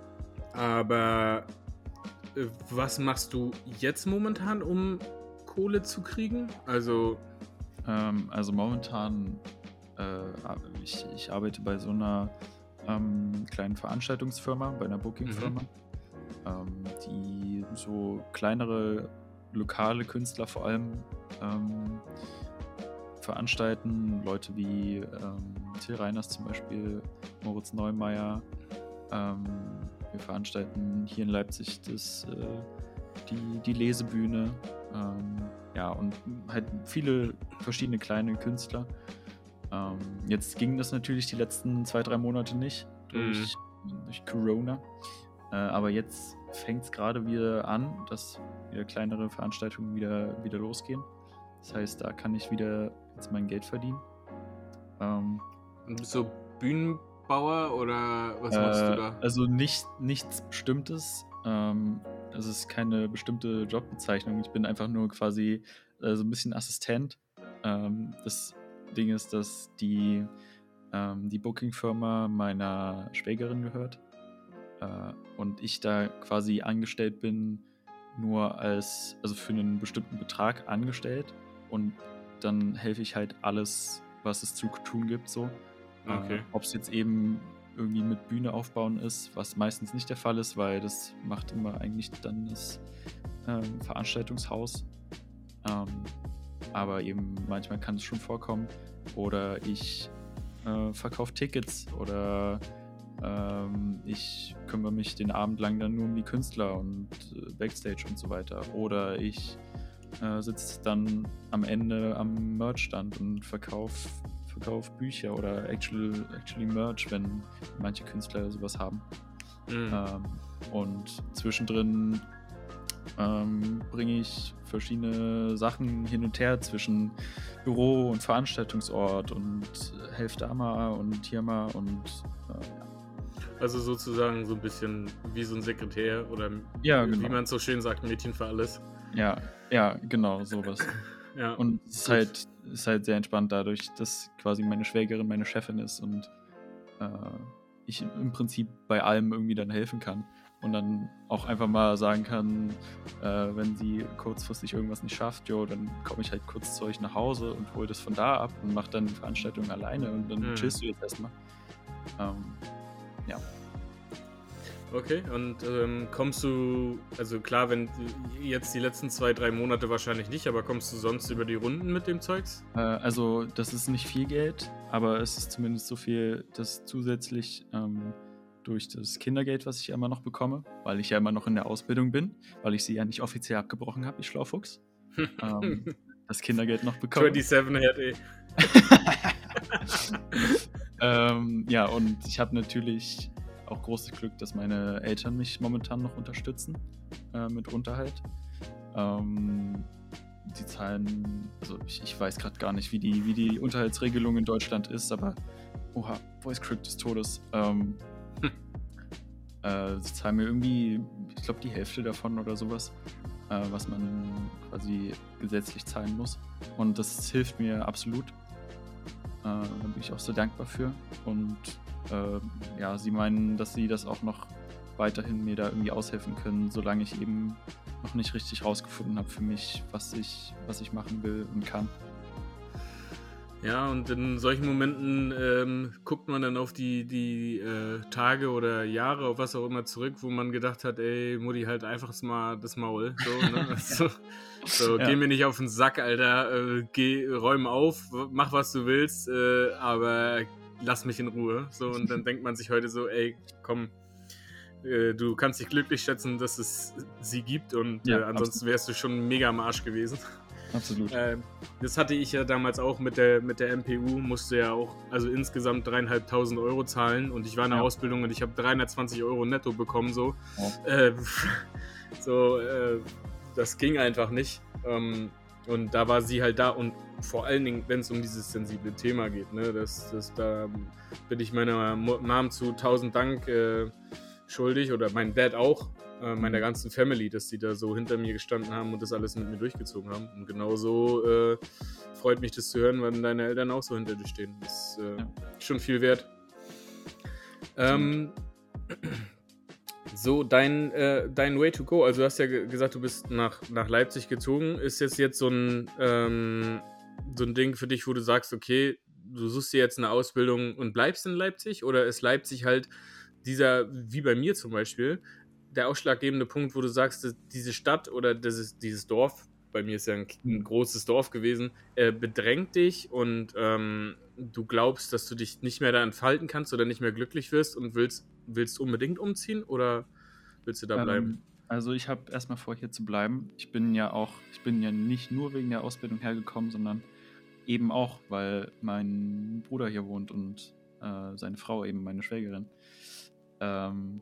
aber äh, was machst du jetzt momentan, um Kohle zu kriegen? Also, Ähm, also momentan, äh, ar- ich, ich arbeite bei so einer ähm, kleinen Veranstaltungsfirma, bei einer Booking-Firma, Mhm. ähm, die so kleinere lokale Künstler vor allem ähm, veranstalten. Leute wie ähm, Till Reiners zum Beispiel, Moritz Neumeier. Ähm, wir veranstalten hier in Leipzig das, äh, die, die Lesebühne. Ähm, ja, und halt viele verschiedene kleine Künstler. Ähm, jetzt ging das natürlich die letzten zwei, drei Monate nicht durch, durch Corona. Äh, aber jetzt fängt es gerade wieder an, dass wieder kleinere Veranstaltungen wieder, wieder losgehen. Das heißt, da kann ich wieder jetzt mein Geld verdienen. Ähm, Und bist du Bühnenbauer oder was machst du äh, da? also nicht, nichts Bestimmtes. Ähm, das ist keine bestimmte Jobbezeichnung. Ich bin einfach nur quasi äh, so ein bisschen Assistent. Ähm, das Ding ist, dass die, ähm, die Booking-Firma meiner Schwägerin gehört. Äh, und ich da quasi angestellt bin, nur als, also für einen bestimmten Betrag angestellt. Und dann helfe ich halt alles, was es zu tun gibt, so. Okay. Äh, Ob es jetzt eben irgendwie mit Bühne aufbauen ist, was meistens nicht der Fall ist, weil das macht immer eigentlich dann das ähm, Veranstaltungshaus. Ähm, aber eben manchmal kann es schon vorkommen. Oder ich äh, verkaufe Tickets oder ähm, ich kümmere mich den Abend lang dann nur um die Künstler und äh, Backstage und so weiter. Oder ich äh, sitze dann am Ende am Merchstand und verkaufe verkauf Bücher oder actual, actually Merch, wenn manche Künstler sowas haben. Mhm. Ähm, und zwischendrin ähm, bringe ich verschiedene Sachen hin und her zwischen Büro und Veranstaltungsort und helfe da mal und hier mal und äh, Also sozusagen so ein bisschen wie so ein Sekretär oder Ja, wie genau. man so schön sagt, Mädchen für alles. Ja, ja, genau, sowas. Ja, Und es ist gut. halt, ist halt sehr entspannt dadurch, dass quasi meine Schwägerin meine Chefin ist und äh, ich im Prinzip bei allem irgendwie dann helfen kann. Und dann auch einfach mal sagen kann, äh, wenn sie kurzfristig irgendwas nicht schafft, jo, dann komme ich halt kurz zu euch nach Hause und hole das von da ab und mache dann die Veranstaltung alleine und dann Mhm. chillst du jetzt erstmal. Ähm, ja. Okay, und ähm, kommst du, also klar, wenn jetzt die letzten zwei, drei Monate wahrscheinlich nicht, aber kommst du sonst über die Runden mit dem Zeugs? Äh, also das ist nicht viel Geld, aber es ist zumindest so viel, dass zusätzlich ähm, durch das Kindergeld, was ich ja immer noch bekomme, weil ich ja immer noch in der Ausbildung bin, weil ich sie ja nicht offiziell abgebrochen habe, ich Schlaufuchs, ähm, das Kindergeld noch bekomme. siebenundzwanzig Herd, ähm, ja, und ich habe natürlich auch großes Glück, dass meine Eltern mich momentan noch unterstützen äh, mit Unterhalt. Ähm, die zahlen, also ich, ich weiß gerade gar nicht, wie die, wie die Unterhaltsregelung in Deutschland ist, aber oha, Voice Crypt des Todes. Ähm, Hm. äh, sie zahlen mir irgendwie, ich glaube, die Hälfte davon oder sowas, äh, was man quasi gesetzlich zahlen muss. Und das hilft mir absolut. Äh, da bin ich auch so dankbar für. Und äh, ja, sie meinen, dass sie das auch noch weiterhin mir da irgendwie aushelfen können, solange ich eben noch nicht richtig rausgefunden habe für mich, was ich, was ich machen will und kann. Ja, und in solchen Momenten ähm, guckt man dann auf die, die äh, Tage oder Jahre, auf was auch immer zurück, wo man gedacht hat, ey, Mutti, halt einfach mal das Maul. So, ne? so, so Ja. geh mir nicht auf den Sack, Alter. Äh, geh, räum auf, mach was du willst, äh, aber lass mich in Ruhe. So, und dann denkt man sich heute so, ey, komm, äh, du kannst dich glücklich schätzen, dass es sie gibt und Ja, äh, ansonsten wärst du schon mega am Arsch gewesen. Absolut. Äh, das hatte ich ja damals auch mit der, mit der M P U, musste ja auch also insgesamt dreieinhalbtausend Euro zahlen und ich war in der Ja. Ausbildung und ich habe dreihundertzwanzig Euro netto bekommen, so. Wow. Äh, so, äh, das ging einfach nicht. Ähm, und da war sie halt da und vor allen Dingen, wenn es um dieses sensible Thema geht, ne, das, das, da bin ich meiner Mom zu tausend Dank äh, schuldig oder mein Dad auch. Äh, meiner ganzen Family, dass die da so hinter mir gestanden haben und das alles mit mir durchgezogen haben. Und genauso äh, freut mich das zu hören, wenn deine Eltern auch so hinter dir stehen. Das ist äh, Ja. schon viel wert. Ähm, so, dein, äh, dein Way to go, also du hast ja ge- gesagt, du bist nach, nach Leipzig gezogen. Ist jetzt jetzt so ein, ähm, so ein Ding für dich, wo du sagst, okay, du suchst dir jetzt eine Ausbildung und bleibst in Leipzig, oder ist Leipzig halt dieser, wie bei mir zum Beispiel, der ausschlaggebende Punkt, wo du sagst, dass diese Stadt oder dieses, dieses Dorf, bei mir ist ja ein, ein großes Dorf gewesen, äh, bedrängt dich und ähm, du glaubst, dass du dich nicht mehr da entfalten kannst oder nicht mehr glücklich wirst und willst, willst unbedingt umziehen, oder willst du da bleiben? Ähm, also ich habe erstmal vor, hier zu bleiben. Ich bin ja auch, ich bin ja nicht nur wegen der Ausbildung hergekommen, sondern eben auch, weil mein Bruder hier wohnt und äh, seine Frau, eben meine Schwägerin. Ähm,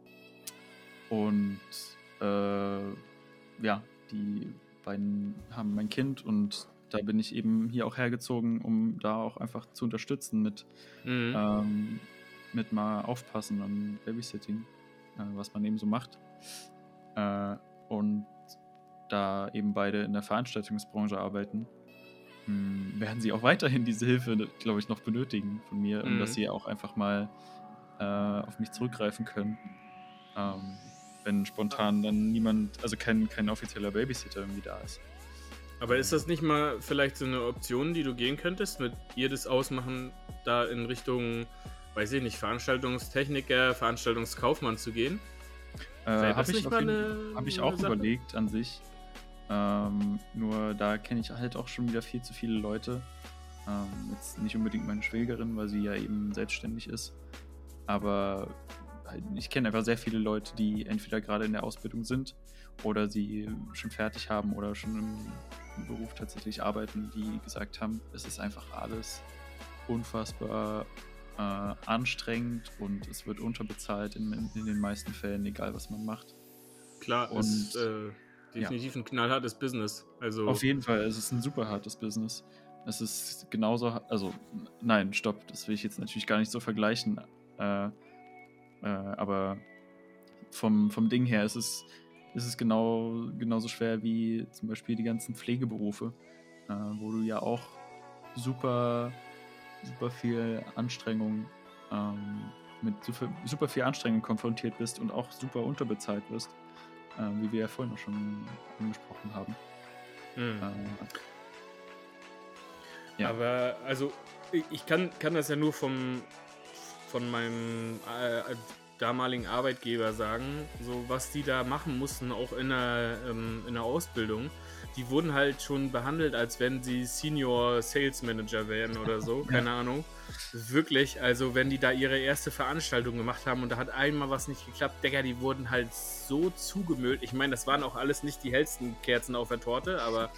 und äh, ja, die beiden haben mein Kind und da bin ich eben hier auch hergezogen, um da auch einfach zu unterstützen mit, Mhm. ähm, mit mal aufpassen und Babysitting, äh, was man eben so macht. Äh, und da eben beide in der Veranstaltungsbranche arbeiten, mh, werden sie auch weiterhin diese Hilfe, glaube ich, noch benötigen von mir, um Mhm. dass sie auch einfach mal äh, auf mich zurückgreifen können. Ähm, wenn spontan dann niemand, also kein, kein offizieller Babysitter irgendwie da ist. Aber ist das nicht mal vielleicht so eine Option, die du gehen könntest, mit ihr das ausmachen, da in Richtung, weiß ich nicht, Veranstaltungstechniker, Veranstaltungskaufmann zu gehen? Äh, Wäre das Habe ich, nicht auf mal jeden- eine, hab ich eine auch Sache? überlegt an sich. Ähm, nur da kenne ich halt auch schon wieder viel zu viele Leute. Ähm, jetzt nicht unbedingt meine Schwägerin, weil sie ja eben selbstständig ist. Aber halt, ich kenne einfach sehr viele Leute, die entweder gerade in der Ausbildung sind oder sie schon fertig haben oder schon im, im Beruf tatsächlich arbeiten, die gesagt haben, es ist einfach alles unfassbar äh, anstrengend und es wird unterbezahlt in, in, in den meisten Fällen, egal was man macht. Klar, Und ist äh, definitiv ein knallhartes Business. Also, auf jeden Fall, es ist ein super hartes Business. Es ist genauso, ha- also n- nein, stopp, das will ich jetzt natürlich gar nicht so vergleichen. Äh, äh, aber vom, vom Ding her ist es, ist es genau, genauso schwer wie zum Beispiel die ganzen Pflegeberufe, äh, wo du ja auch super, super viel Anstrengung, ähm, mit super, super viel Anstrengung konfrontiert bist und auch super unterbezahlt wirst, äh, wie wir ja vorhin auch schon angesprochen haben. mh. Äh, ja. Aber, also, ich, ich kann, kann das ja nur vom, von meinem äh, damaligen Arbeitgeber sagen, so was die da machen mussten, auch in der, ähm, in der Ausbildung. Die wurden halt schon behandelt, als wenn sie Senior Sales Manager wären oder so, keine Ahnung. Wirklich, also wenn die da ihre erste Veranstaltung gemacht haben und da hat einmal was nicht geklappt, Digga, die wurden halt so zugemüllt. Ich meine, das waren auch alles nicht die hellsten Kerzen auf der Torte, aber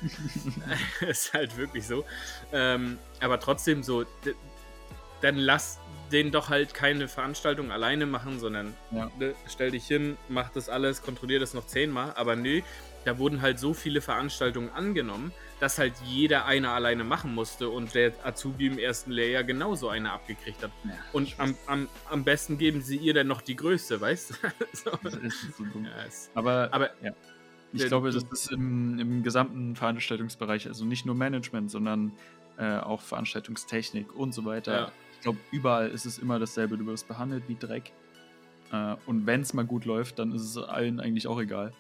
ist halt wirklich so. Ähm, aber trotzdem so, d- dann lass den doch halt keine Veranstaltung alleine machen, sondern Ja. ne, stell dich hin, mach das alles, kontrollier das noch zehnmal. Aber nö, da wurden halt so viele Veranstaltungen angenommen, dass halt jeder eine alleine machen musste und der Azubi im ersten Lehrjahr genauso eine abgekriegt hat. Ja, Und am, am, am besten geben sie ihr dann noch die größte, weißt du? So. Das ist so dumm. Ja, es- Aber, aber ja. Ich der- glaube, du- das ist im, im gesamten Veranstaltungsbereich, also nicht nur Management, sondern äh, auch Veranstaltungstechnik und so weiter. Ja. Ich glaube, überall ist es immer dasselbe. Du wirst behandelt wie Dreck. Äh, und wenn es mal gut läuft, dann ist es allen eigentlich auch egal.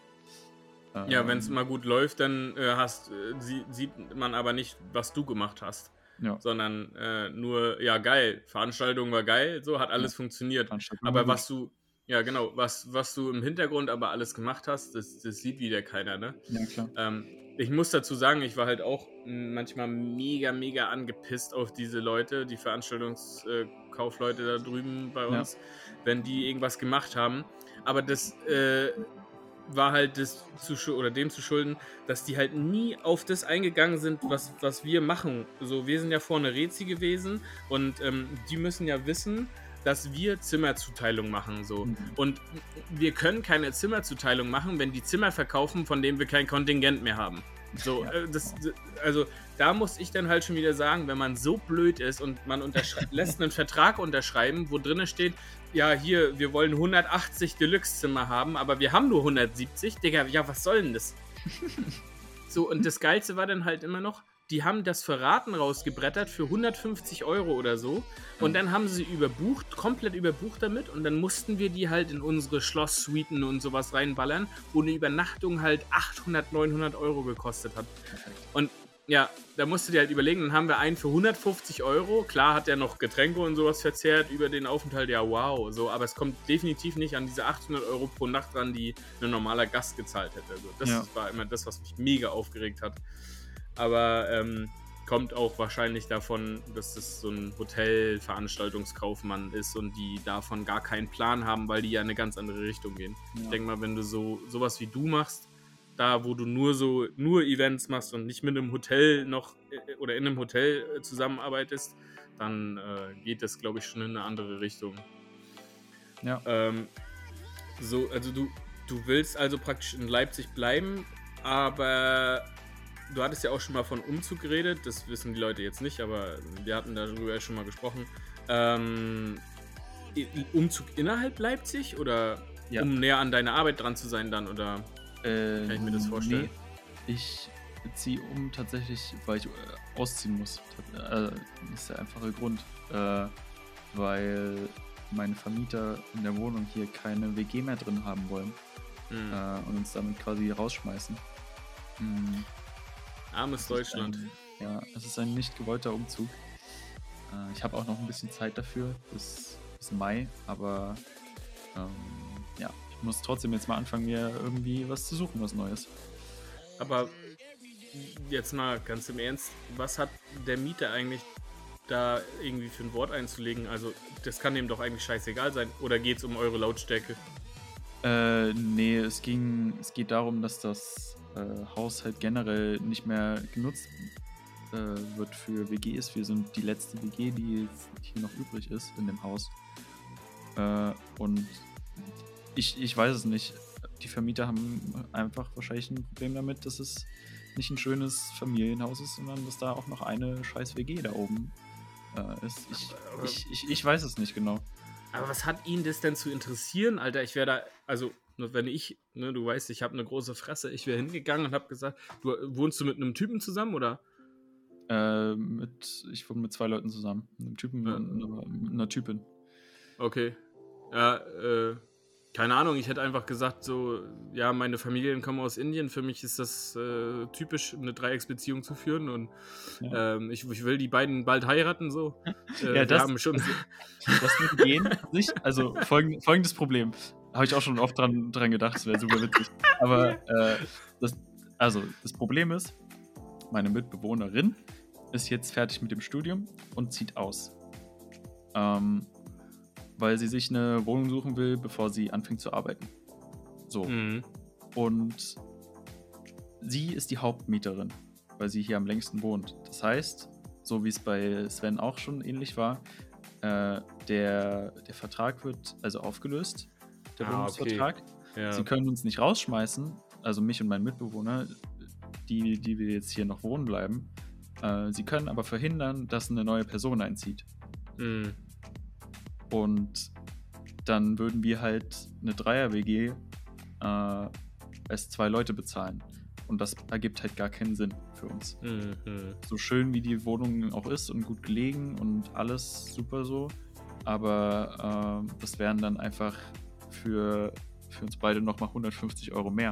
Ja, Ähm, wenn es mal gut läuft, dann äh, hast, äh, sie, sieht man aber nicht, was du gemacht hast. Ja. Sondern äh, nur, ja geil, Veranstaltung war geil, so hat alles Ja. funktioniert. Veranstaltung Aber war was du, ja genau, was, was du im Hintergrund aber alles gemacht hast, das, das sieht wieder keiner, ne? Ja, klar. Ähm, ich muss dazu sagen, ich war halt auch mh, manchmal mega, mega angepisst auf diese Leute, die Veranstaltungskaufleute da drüben bei Ja. uns, wenn die irgendwas gemacht haben. Aber das äh, war halt das zu schu- oder dem zu schulden, dass die halt nie auf das eingegangen sind, was, was wir machen. So, wir sind ja vorne Rezi gewesen und ähm, die müssen ja wissen, dass wir Zimmerzuteilung machen. So. Mhm. Und wir können keine Zimmerzuteilung machen, wenn die Zimmer verkaufen, von denen wir kein Kontingent mehr haben. So, Ja. äh, das, also da muss ich dann halt schon wieder sagen, wenn man so blöd ist und man unterschrei- lässt einen Vertrag unterschreiben, wo drin steht, ja, hier, wir wollen hundertachtzig Deluxe-Zimmer haben, aber wir haben nur hundertsiebzig, Digga, ja, was soll denn das? So, und das Geilste war dann halt immer noch, die haben das Verraten rausgebrettert für hundertfünfzig Euro oder so. Und dann haben sie überbucht, komplett überbucht damit. Und dann mussten wir die halt in unsere Schlosssuiten und sowas reinballern, wo eine Übernachtung halt achthundert, neunhundert Euro gekostet hat. Und Ja, da musst du dir halt überlegen, dann haben wir einen für hundertfünfzig Euro. Klar hat der noch Getränke und sowas verzehrt über den Aufenthalt, ja wow, so, aber es kommt definitiv nicht an diese achthundert Euro pro Nacht ran, die ein normaler Gast gezahlt hätte. Also das Ja. war immer das, was mich mega aufgeregt hat. Aber ähm, kommt auch wahrscheinlich davon, dass das so ein Hotel-Veranstaltungskaufmann ist und die davon gar keinen Plan haben, weil die ja in eine ganz andere Richtung gehen. Ja. Ich denke mal, wenn du so sowas wie du machst, da wo du nur so nur Events machst und nicht mit einem Hotel noch äh, oder in einem Hotel äh, zusammenarbeitest, dann äh, geht das, glaube ich, schon in eine andere Richtung. Ja. Ähm, so, also du, du willst also praktisch in Leipzig bleiben, aber du hattest ja auch schon mal von Umzug geredet, das wissen die Leute jetzt nicht, aber wir hatten darüber ja schon mal gesprochen. Ähm, Umzug innerhalb Leipzig oder Ja. um näher an deine Arbeit dran zu sein dann, oder Äh, kann ich mir das vorstellen? Nee, ich ziehe um tatsächlich, weil ich äh, ausziehen muss. Äh, das ist der einfache Grund. Äh, weil meine Vermieter in der Wohnung hier keine W G mehr drin haben wollen Hm. äh, und uns damit quasi rausschmeißen. Hm, Armes das ist Deutschland. Ein, ja, es ist ein nicht gewollter Umzug. Äh, ich habe auch noch ein bisschen Zeit dafür, bis, bis Mai, aber ähm, ja, ich muss trotzdem jetzt mal anfangen, mir irgendwie was zu suchen, was Neues. Aber jetzt mal ganz im Ernst, was hat der Mieter eigentlich da irgendwie für ein Wort einzulegen? Also das kann dem doch eigentlich scheißegal sein. Oder geht es um eure Lautstärke? Äh, nee, es ging, es geht darum, dass das äh, Haus halt generell nicht mehr genutzt äh, wird für W Gs. Wir sind die letzte W G, die hier noch übrig ist in dem Haus. Äh, und ich, ich weiß es nicht. Die Vermieter haben einfach wahrscheinlich ein Problem damit, dass es nicht ein schönes Familienhaus ist, sondern dass da auch noch eine scheiß W G da oben äh, ist. Ich, Aber- ich, ich, ich weiß es nicht genau. Aber was hat ihn das denn zu interessieren, Alter? Ich wäre da, also nur wenn ich, ne, du weißt, ich habe eine große Fresse, ich wäre hingegangen und habe gesagt, du wohnst du mit einem Typen zusammen, oder? Äh, mit, ich wohne mit zwei Leuten zusammen. Einem Typen Ja. und einer, einer Typin. Okay. Ja, äh, keine Ahnung, ich hätte einfach gesagt, so, ja, meine Familien kommen aus Indien, für mich ist das äh, typisch, eine Dreiecksbeziehung zu führen und Ja. ähm, ich, ich will die beiden bald heiraten, so. Äh, Ja, wir das- haben schon. Das würde gehen. Nicht? Also folgend, folgendes Problem. Habe ich auch schon oft dran, dran gedacht, das wäre super witzig. Aber äh, das, also, das Problem ist, meine Mitbewohnerin ist jetzt fertig mit dem Studium und zieht aus. Ähm, weil sie sich eine Wohnung suchen will, bevor sie anfängt zu arbeiten. So. Mhm. Und sie ist die Hauptmieterin, weil sie hier am längsten wohnt. Das heißt, so wie es bei Sven auch schon ähnlich war, äh, der, der Vertrag wird also aufgelöst, der Ah, Wohnungsvertrag. Ja. Sie können uns nicht rausschmeißen, also mich und meinen Mitbewohner, die, die wir jetzt hier noch wohnen bleiben. Äh, sie können aber verhindern, dass eine neue Person einzieht. Mhm. Und dann würden wir halt eine Dreier-W G äh, als zwei Leute bezahlen. Und das ergibt halt gar keinen Sinn für uns. Mhm. So schön wie die Wohnung auch ist und gut gelegen und alles super so, aber äh, das wären dann einfach für, für uns beide nochmal hundertfünfzig Euro mehr.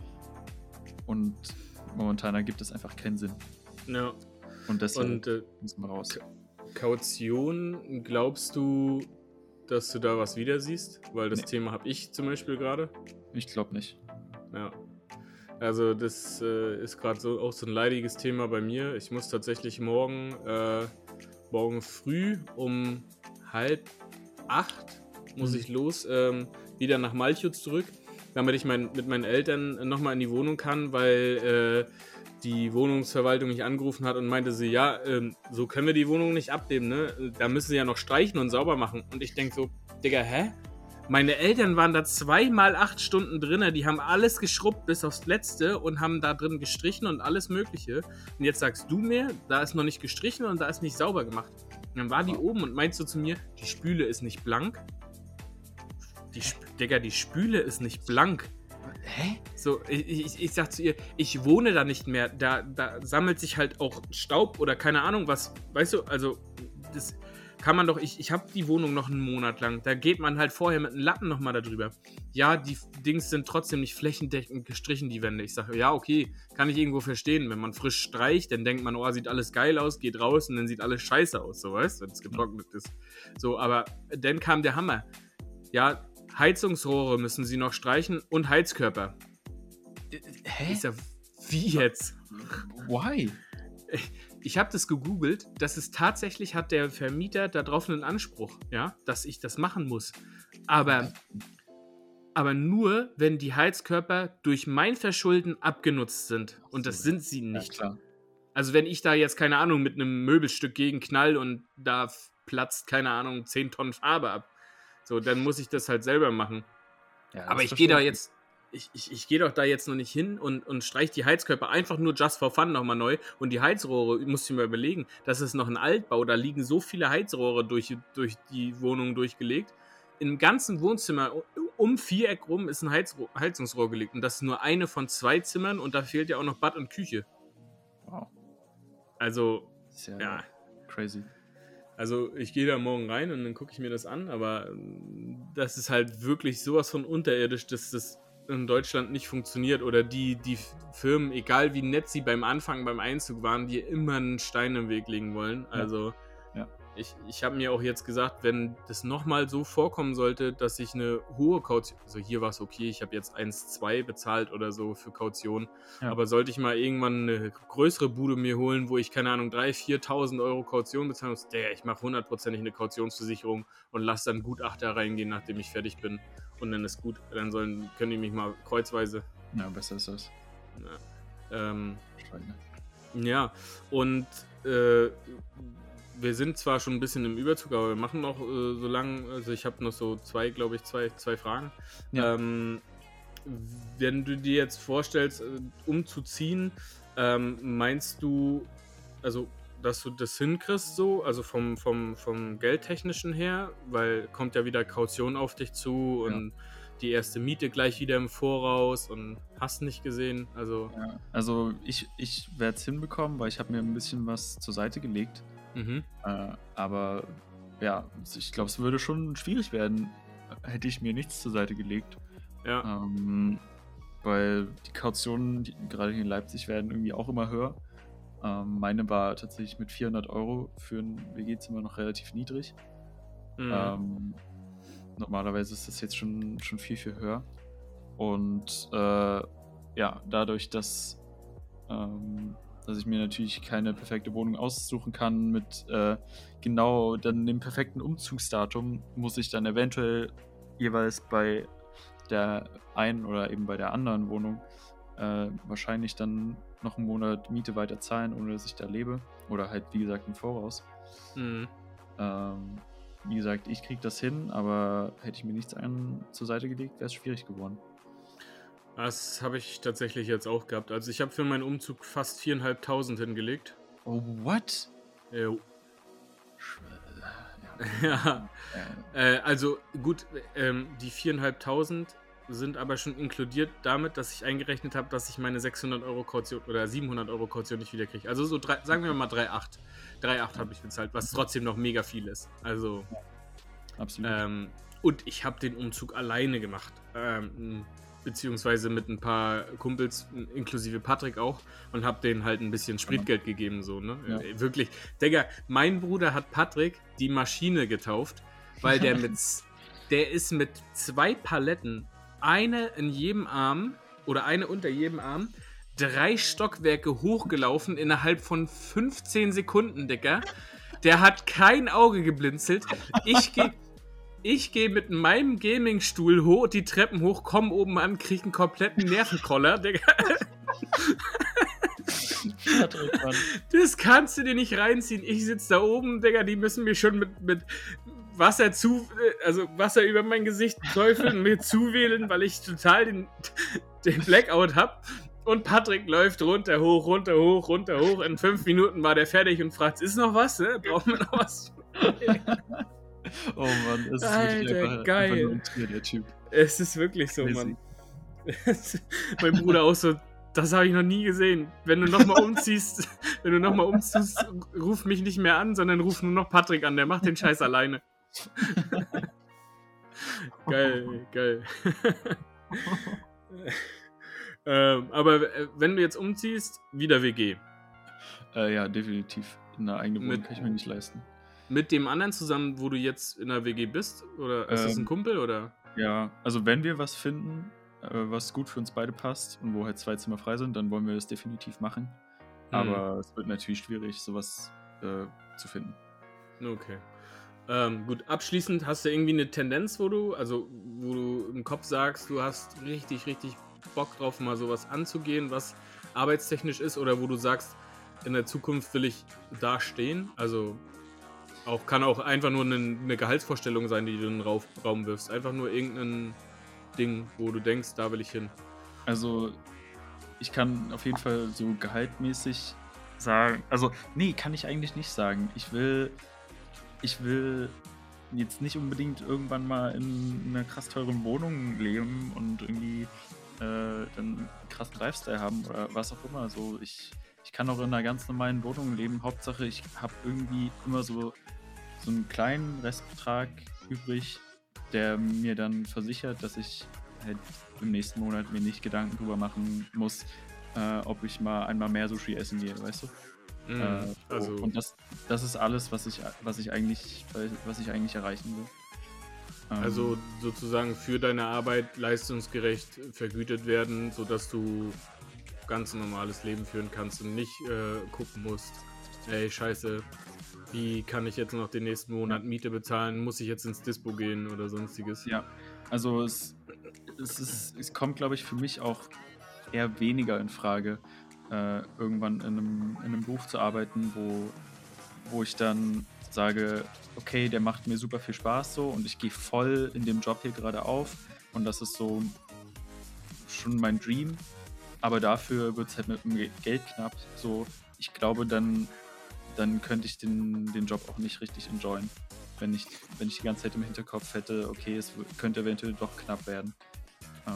Und momentan ergibt es einfach keinen Sinn. Ja. Und deshalb Und äh, müssen wir raus. Kaution, glaubst du, dass du da was wieder siehst? Weil das Nee. Thema habe ich zum Beispiel gerade. Ich glaube nicht. Ja. Also das äh, ist gerade so auch so ein leidiges Thema bei mir. Ich muss tatsächlich morgen, äh, morgen früh um halb acht muss Mhm. ich los, ähm, wieder nach Malchow zurück, damit ich mein, mit meinen Eltern nochmal in die Wohnung kann, weil äh, die Wohnungsverwaltung mich angerufen hat und meinte sie, ja, ähm, so können wir die Wohnung nicht abnehmen, ne? Da müssen sie ja noch streichen und sauber machen. Und ich denke so, Digga, hä? Meine Eltern waren da zweimal acht Stunden drin, die haben alles geschrubbt bis aufs Letzte und haben da drin gestrichen und alles Mögliche. Und jetzt sagst du mir, da ist noch nicht gestrichen und da ist nicht sauber gemacht. Und dann war die oben und meinst du zu mir, die Spüle ist nicht blank? Die Sp- Digga, die Spüle ist nicht blank. Hä? So, ich, ich, ich sag zu ihr, ich wohne da nicht mehr. Da, da sammelt sich halt auch Staub oder keine Ahnung was. Weißt du, also, das, kann man doch, ich, ich habe die Wohnung noch einen Monat lang, da geht man halt vorher mit einem Lappen nochmal da drüber. Ja, die Dings sind trotzdem nicht flächendeckend gestrichen, die Wände. Ich sage, ja, okay, kann ich irgendwo verstehen. Wenn man frisch streicht, dann denkt man, oh, sieht alles geil aus, geht raus und dann sieht alles scheiße aus, so weißt du, wenn es getrocknet ist. So, aber dann kam der Hammer. Ja, Heizungsrohre müssen sie noch streichen und Heizkörper. Hä? Ich sag, wie jetzt? Why? Ich habe das gegoogelt, das ist tatsächlich, hat der Vermieter da drauf einen Anspruch, ja, dass ich das machen muss. Aber, aber nur, wenn die Heizkörper durch mein Verschulden abgenutzt sind. Und das sind sie nicht. Ja, klar. Also wenn ich da jetzt, keine Ahnung, mit einem Möbelstück gegen knall und da platzt, keine Ahnung, zehn Tonnen Farbe ab. So, dann muss ich das halt selber machen. Ja, aber ich gehe da jetzt, ich, ich, ich gehe doch da jetzt noch nicht hin und, und streich die Heizkörper einfach nur just for fun nochmal neu. Und die Heizrohre, musst du mir überlegen, das ist noch ein Altbau, da liegen so viele Heizrohre durch, durch die Wohnung durchgelegt. Im ganzen Wohnzimmer um Viereck rum ist ein Heizro- Heizungsrohr gelegt. Und das ist nur eine von zwei Zimmern und da fehlt ja auch noch Bad und Küche. Wow. Also, Ist ja, ja. crazy. Also ich gehe da morgen rein und dann gucke ich mir das an, aber das ist halt wirklich sowas von unterirdisch, dass das in Deutschland nicht funktioniert oder die, die Firmen, egal wie nett sie beim Anfang, beim Einzug waren, die immer einen Stein im Weg legen wollen. Also Ja. ich, ich habe mir auch jetzt gesagt, wenn das nochmal so vorkommen sollte, dass ich eine hohe Kaution, also hier war es okay, ich habe jetzt eins Komma zwei bezahlt oder so für Kaution, Ja. aber sollte ich mal irgendwann eine größere Bude mir holen, wo ich, keine Ahnung, dreitausend, viertausend Euro Kaution bezahlen muss, der, ich mache hundertprozentig eine Kautionsversicherung und lasse dann Gutachter reingehen, nachdem ich fertig bin. Und dann ist gut, dann sollen, können die mich mal kreuzweise. Ja, besser ist das. Ja, ähm, Schweine. ja. und äh, wir sind zwar schon ein bisschen im Überzug, aber wir machen noch äh, so lang, also ich habe noch so zwei, glaube ich, zwei, zwei Fragen. Ja. Ähm, wenn du dir jetzt vorstellst, äh, umzuziehen, ähm, meinst du, also dass du das hinkriegst so, also vom, vom, vom Geldtechnischen her, weil kommt ja wieder Kaution auf dich zu und ja. Die erste Miete gleich wieder im Voraus und hast nicht gesehen, also... Ja. Also ich, ich werde es hinbekommen, weil ich habe mir ein bisschen was zur Seite gelegt. Mhm. Äh, aber ja, ich glaube, es würde schon schwierig werden, hätte ich mir nichts zur Seite gelegt. Ja. Ähm, weil die Kautionen, die, gerade hier in Leipzig, werden irgendwie auch immer höher. Ähm, meine war tatsächlich mit vierhundert Euro für ein W G-Zimmer noch relativ niedrig. Mhm. Ähm, normalerweise ist das jetzt schon, schon viel, viel höher. Und äh, ja, dadurch, dass, ähm, dass ich mir natürlich keine perfekte Wohnung aussuchen kann mit äh, genau dann dem perfekten Umzugsdatum, muss ich dann eventuell jeweils bei der einen oder eben bei der anderen Wohnung äh, wahrscheinlich dann noch einen Monat Miete weiter zahlen, ohne dass ich da lebe. Oder halt, wie gesagt, im Voraus. Mhm. Ähm, wie gesagt, ich krieg das hin, aber hätte ich mir nichts an, zur Seite gelegt, wäre es schwierig geworden. Das habe ich tatsächlich jetzt auch gehabt. Also ich habe für meinen Umzug fast viertausendfünfhundert hingelegt. Oh, what? Jo. Ja. Ja. Äh, also gut, ähm, die viertausendfünfhundert sind aber schon inkludiert damit, dass ich eingerechnet habe, dass ich meine sechshundert Euro Kaution oder siebenhundert Euro Kaution nicht wieder kriege. Also so drei, sagen wir mal drei Komma acht. drei Komma acht habe ich bezahlt, was trotzdem noch mega viel ist. Also Absolut. ähm, und ich habe den Umzug alleine gemacht. Ähm, beziehungsweise mit ein paar Kumpels, inklusive Patrick auch, und hab denen halt ein bisschen Spritgeld gegeben, so, ne? Ja. Äh, Wirklich. Digga, mein Bruder hat Patrick die Maschine getauft, weil der mit, der ist mit zwei Paletten, eine in jedem Arm oder eine unter jedem Arm, drei Stockwerke hochgelaufen innerhalb von fünfzehn Sekunden, Digga. Der hat kein Auge geblinzelt. Ich gehe Ich gehe mit meinem Gaming-Stuhl hoch, die Treppen hoch, komm oben an, krieg einen kompletten Nervenkoller, Digga. Das kannst du dir nicht reinziehen. Ich sitze da oben, Digga, die müssen mir schon mit, mit Wasser zu, also Wasser über mein Gesicht träufeln, mir zuwählen, weil ich total den, den Blackout hab. Und Patrick läuft runter, hoch, runter, hoch, runter, hoch. In fünf Minuten war der fertig und fragt, ist noch was? Ne? Brauchen wir noch was? Oh Mann, es ist Alter, wirklich einfach, geil. einfach nur ein Tier, der Typ. Es ist wirklich so, Crazy. Mann. Mein Bruder auch so, das habe ich noch nie gesehen. Wenn du nochmal umziehst, wenn du nochmal umziehst, ruf mich nicht mehr an, sondern ruf nur noch Patrick an, der macht den Scheiß alleine. Geil, geil. ähm, aber äh, wenn du jetzt umziehst, wieder W G. Äh, ja, definitiv. Eine eigene Wohnung Mit- kann ich mir nicht leisten. Mit dem anderen zusammen, wo du jetzt in der W G bist? Oder ist das ein Ähm, Kumpel? Oder? Ja, also wenn wir was finden, äh, was gut für uns beide passt und wo halt zwei Zimmer frei sind, dann wollen wir das definitiv machen. Hm. Aber es wird natürlich schwierig, sowas äh, zu finden. Okay. Ähm, gut, abschließend hast du irgendwie eine Tendenz, wo du, also wo du im Kopf sagst, du hast richtig, richtig Bock drauf, mal sowas anzugehen, was arbeitstechnisch ist, oder wo du sagst, in der Zukunft will ich da stehen? Also auch kann auch einfach nur eine, eine Gehaltsvorstellung sein, die du in den Rauf- Raum wirfst. Einfach nur irgendein Ding, wo du denkst, da will ich hin. Also ich kann auf jeden Fall so gehaltmäßig sagen, also nee, kann ich eigentlich nicht sagen. Ich will, ich will jetzt nicht unbedingt irgendwann mal in einer krass teuren Wohnung leben und irgendwie äh, dann einen krassen Lifestyle haben oder was auch immer. So, ich, ich kann auch in einer ganz normalen Wohnung leben. Hauptsache, ich habe irgendwie immer so, so einen kleinen Restbetrag übrig, der mir dann versichert, dass ich halt im nächsten Monat mir nicht Gedanken drüber machen muss, äh, ob ich mal einmal mehr Sushi essen gehe, weißt du? Mhm, Äh, so. also, Und das, das ist alles, was ich, was ich eigentlich, was ich eigentlich erreichen will. Ähm, also sozusagen für deine Arbeit leistungsgerecht vergütet werden, sodass du ganz normales Leben führen kannst und nicht äh, gucken musst, ey, scheiße, wie kann ich jetzt noch den nächsten Monat Miete bezahlen? Muss ich jetzt ins Dispo gehen oder sonstiges? Ja, also es, es, ist, es kommt, glaube ich, für mich auch eher weniger in Frage, äh, irgendwann in einem, in einem Beruf zu arbeiten, wo, wo ich dann sage, okay, der macht mir super viel Spaß so und ich gehe voll in dem Job hier gerade auf und das ist so schon mein Dream, aber dafür wird es halt mit dem Ge- Geld knapp. So, ich glaube, dann, dann könnte ich den, den Job auch nicht richtig enjoyen, wenn ich, wenn ich die ganze Zeit im Hinterkopf hätte, okay, es w- könnte eventuell doch knapp werden. Ähm,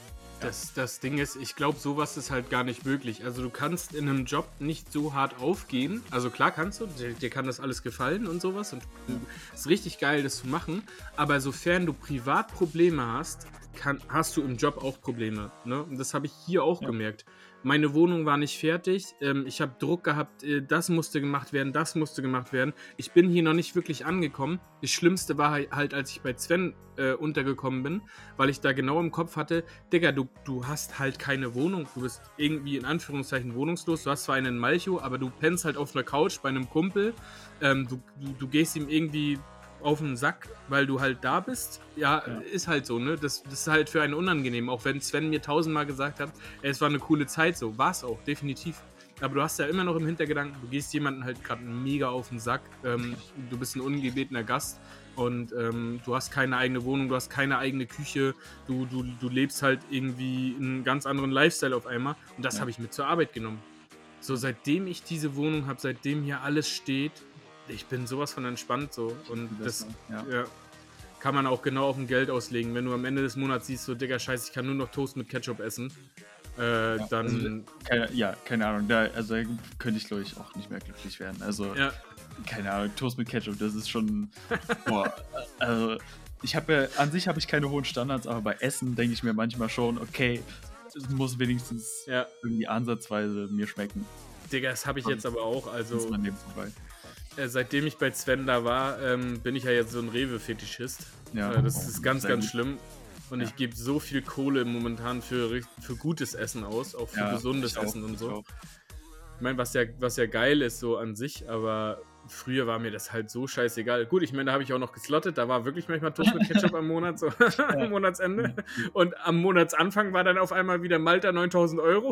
Das, das Ding ist, ich glaube, sowas ist halt gar nicht möglich. Also du kannst in einem Job nicht so hart aufgehen. Also klar kannst du, dir, dir kann das alles gefallen und sowas. Und es ist richtig geil, das zu machen. Aber sofern du privat Probleme hast, kann, hast du im Job auch Probleme. Ne? Und das habe ich hier auch Ja. gemerkt. Meine Wohnung war nicht fertig. Ähm, ich habe Druck gehabt, äh, das musste gemacht werden, das musste gemacht werden. Ich bin hier noch nicht wirklich angekommen. Das Schlimmste war halt, halt, als ich bei Sven äh, untergekommen bin, weil ich da genau im Kopf hatte, Digga, du, du hast halt keine Wohnung. Du bist irgendwie in Anführungszeichen wohnungslos. Du hast zwar einen Malcho, aber du pennst halt auf einer Couch bei einem Kumpel. Ähm, du, du, du gehst ihm irgendwie auf den Sack, weil du halt da bist. Ja, Ja. ist halt so, ne? Das, das ist halt für einen unangenehm. Auch wenn Sven mir tausendmal gesagt hat, ey, es war eine coole Zeit, so. War es auch, definitiv. Aber du hast ja immer noch im Hintergedanken, du gehst jemanden halt gerade mega auf den Sack. Ähm, du bist ein ungebetener Gast und ähm, du hast keine eigene Wohnung, du hast keine eigene Küche. Du, du, du lebst halt irgendwie einen ganz anderen Lifestyle auf einmal. Und das Ja. habe ich mit zur Arbeit genommen. So, seitdem ich diese Wohnung habe, seitdem hier alles steht, ich bin sowas von entspannt so. Und das, ja. ja, kann man auch genau auf dem Geld auslegen. Wenn du am Ende des Monats siehst, so, Digga, scheiße, ich kann nur noch Toast mit Ketchup essen, äh, Ja, dann, also, keine, ja, keine Ahnung. Da, also da könnte ich, glaube ich, auch nicht mehr glücklich werden. Also, ja, keine Ahnung, Toast mit Ketchup, das ist schon. Boah, also, ich habe ja, an sich habe ich keine hohen Standards, aber bei Essen denke ich mir manchmal schon, okay, es muss wenigstens ja, irgendwie ansatzweise mir schmecken. Digga, das habe ich jetzt aber auch. Das Also, ist mein Leben vorbei. äh, seitdem ich bei Sven da war, ähm, bin ich ja jetzt so ein Rewe-Fetischist. Ja. Äh, das Oh, ist ganz, sehr ganz gut. schlimm. Und Ja. ich gebe so viel Kohle momentan für, richt- für gutes Essen aus, auch für Ja, gesundes ich auch, Essen und ich so. auch. Ich meine, was ja, was ja geil ist so an sich, aber früher war mir das halt so scheißegal. Gut, ich meine, da habe ich auch noch geslottet, da war wirklich manchmal Toast mit Ketchup am Monat, so am Monatsende. Und am Monatsanfang war dann auf einmal wieder Malta neuntausend Euro.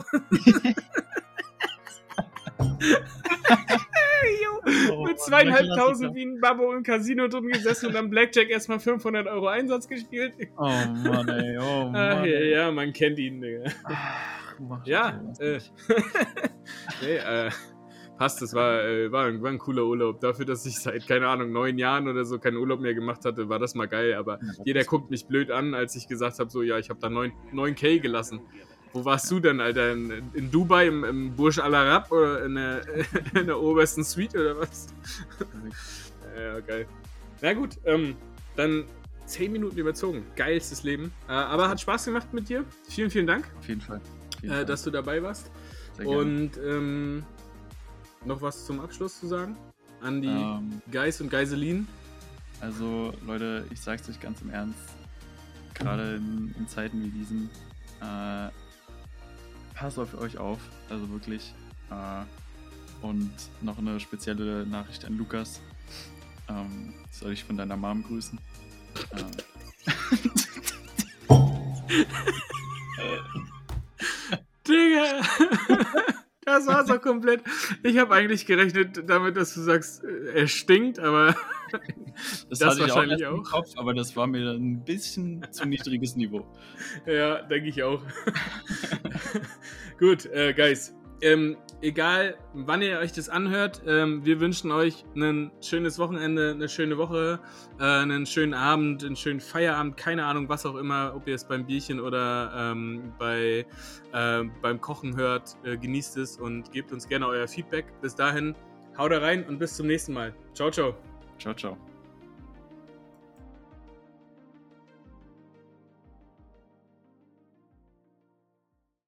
Jo, Oh, mit Mann, zweieinhalbtausend der wie ein Babbo im Casino drin gesessen und am Blackjack erstmal fünfhundert Euro Einsatz gespielt. Oh Mann, ey, oh Ach, Mann. ja, ey. ja, man kennt ihn, Digga. Ach, mach doch Ja, sowas äh, nicht. nee, äh, passt, das war, äh, war, ein, war ein cooler Urlaub. Dafür, dass ich seit, keine Ahnung, neun Jahren oder so keinen Urlaub mehr gemacht hatte, war das mal geil. Aber Ja, das jeder ist guckt mich blöd an, als ich gesagt habe, so, ja, ich habe da neun K gelassen. Wo warst du denn, Alter? In, in Dubai, im, im Burj Al Arab oder in der, in der obersten Suite oder was? Ja, geil. Na gut, ähm, dann zehn Minuten überzogen. Geilstes Leben. Äh, aber hat Spaß gemacht mit dir. Vielen, vielen Dank. Auf jeden Fall. Auf jeden Äh, Fall. dass du dabei warst. Sehr gerne. Und ähm, noch was zum Abschluss zu sagen? An die Ähm, Geis und Geiselin. Also, Leute, ich sag's euch ganz im Ernst. Gerade in, in Zeiten wie diesen, äh, passt auf euch auf. Also wirklich. Äh, und noch eine spezielle Nachricht an Lukas. Ähm, soll ich von deiner Mom grüßen? Äh. Digga! Das war's auch komplett. Ich habe eigentlich gerechnet damit, dass du sagst, er stinkt, aber das, das hatte ich wahrscheinlich auch, erst im auch. Kopf, aber das war mir ein bisschen zu niedriges Niveau. Ja, denke ich auch. Gut, äh, Guys. Ähm, egal, wann ihr euch das anhört, ähm, wir wünschen euch ein schönes Wochenende, eine schöne Woche, äh, einen schönen Abend, einen schönen Feierabend, keine Ahnung, was auch immer, ob ihr es beim Bierchen oder ähm, bei, äh, beim Kochen hört, äh, genießt es und gebt uns gerne euer Feedback. Bis dahin, haut rein und bis zum nächsten Mal. Ciao, ciao. Ciao, ciao.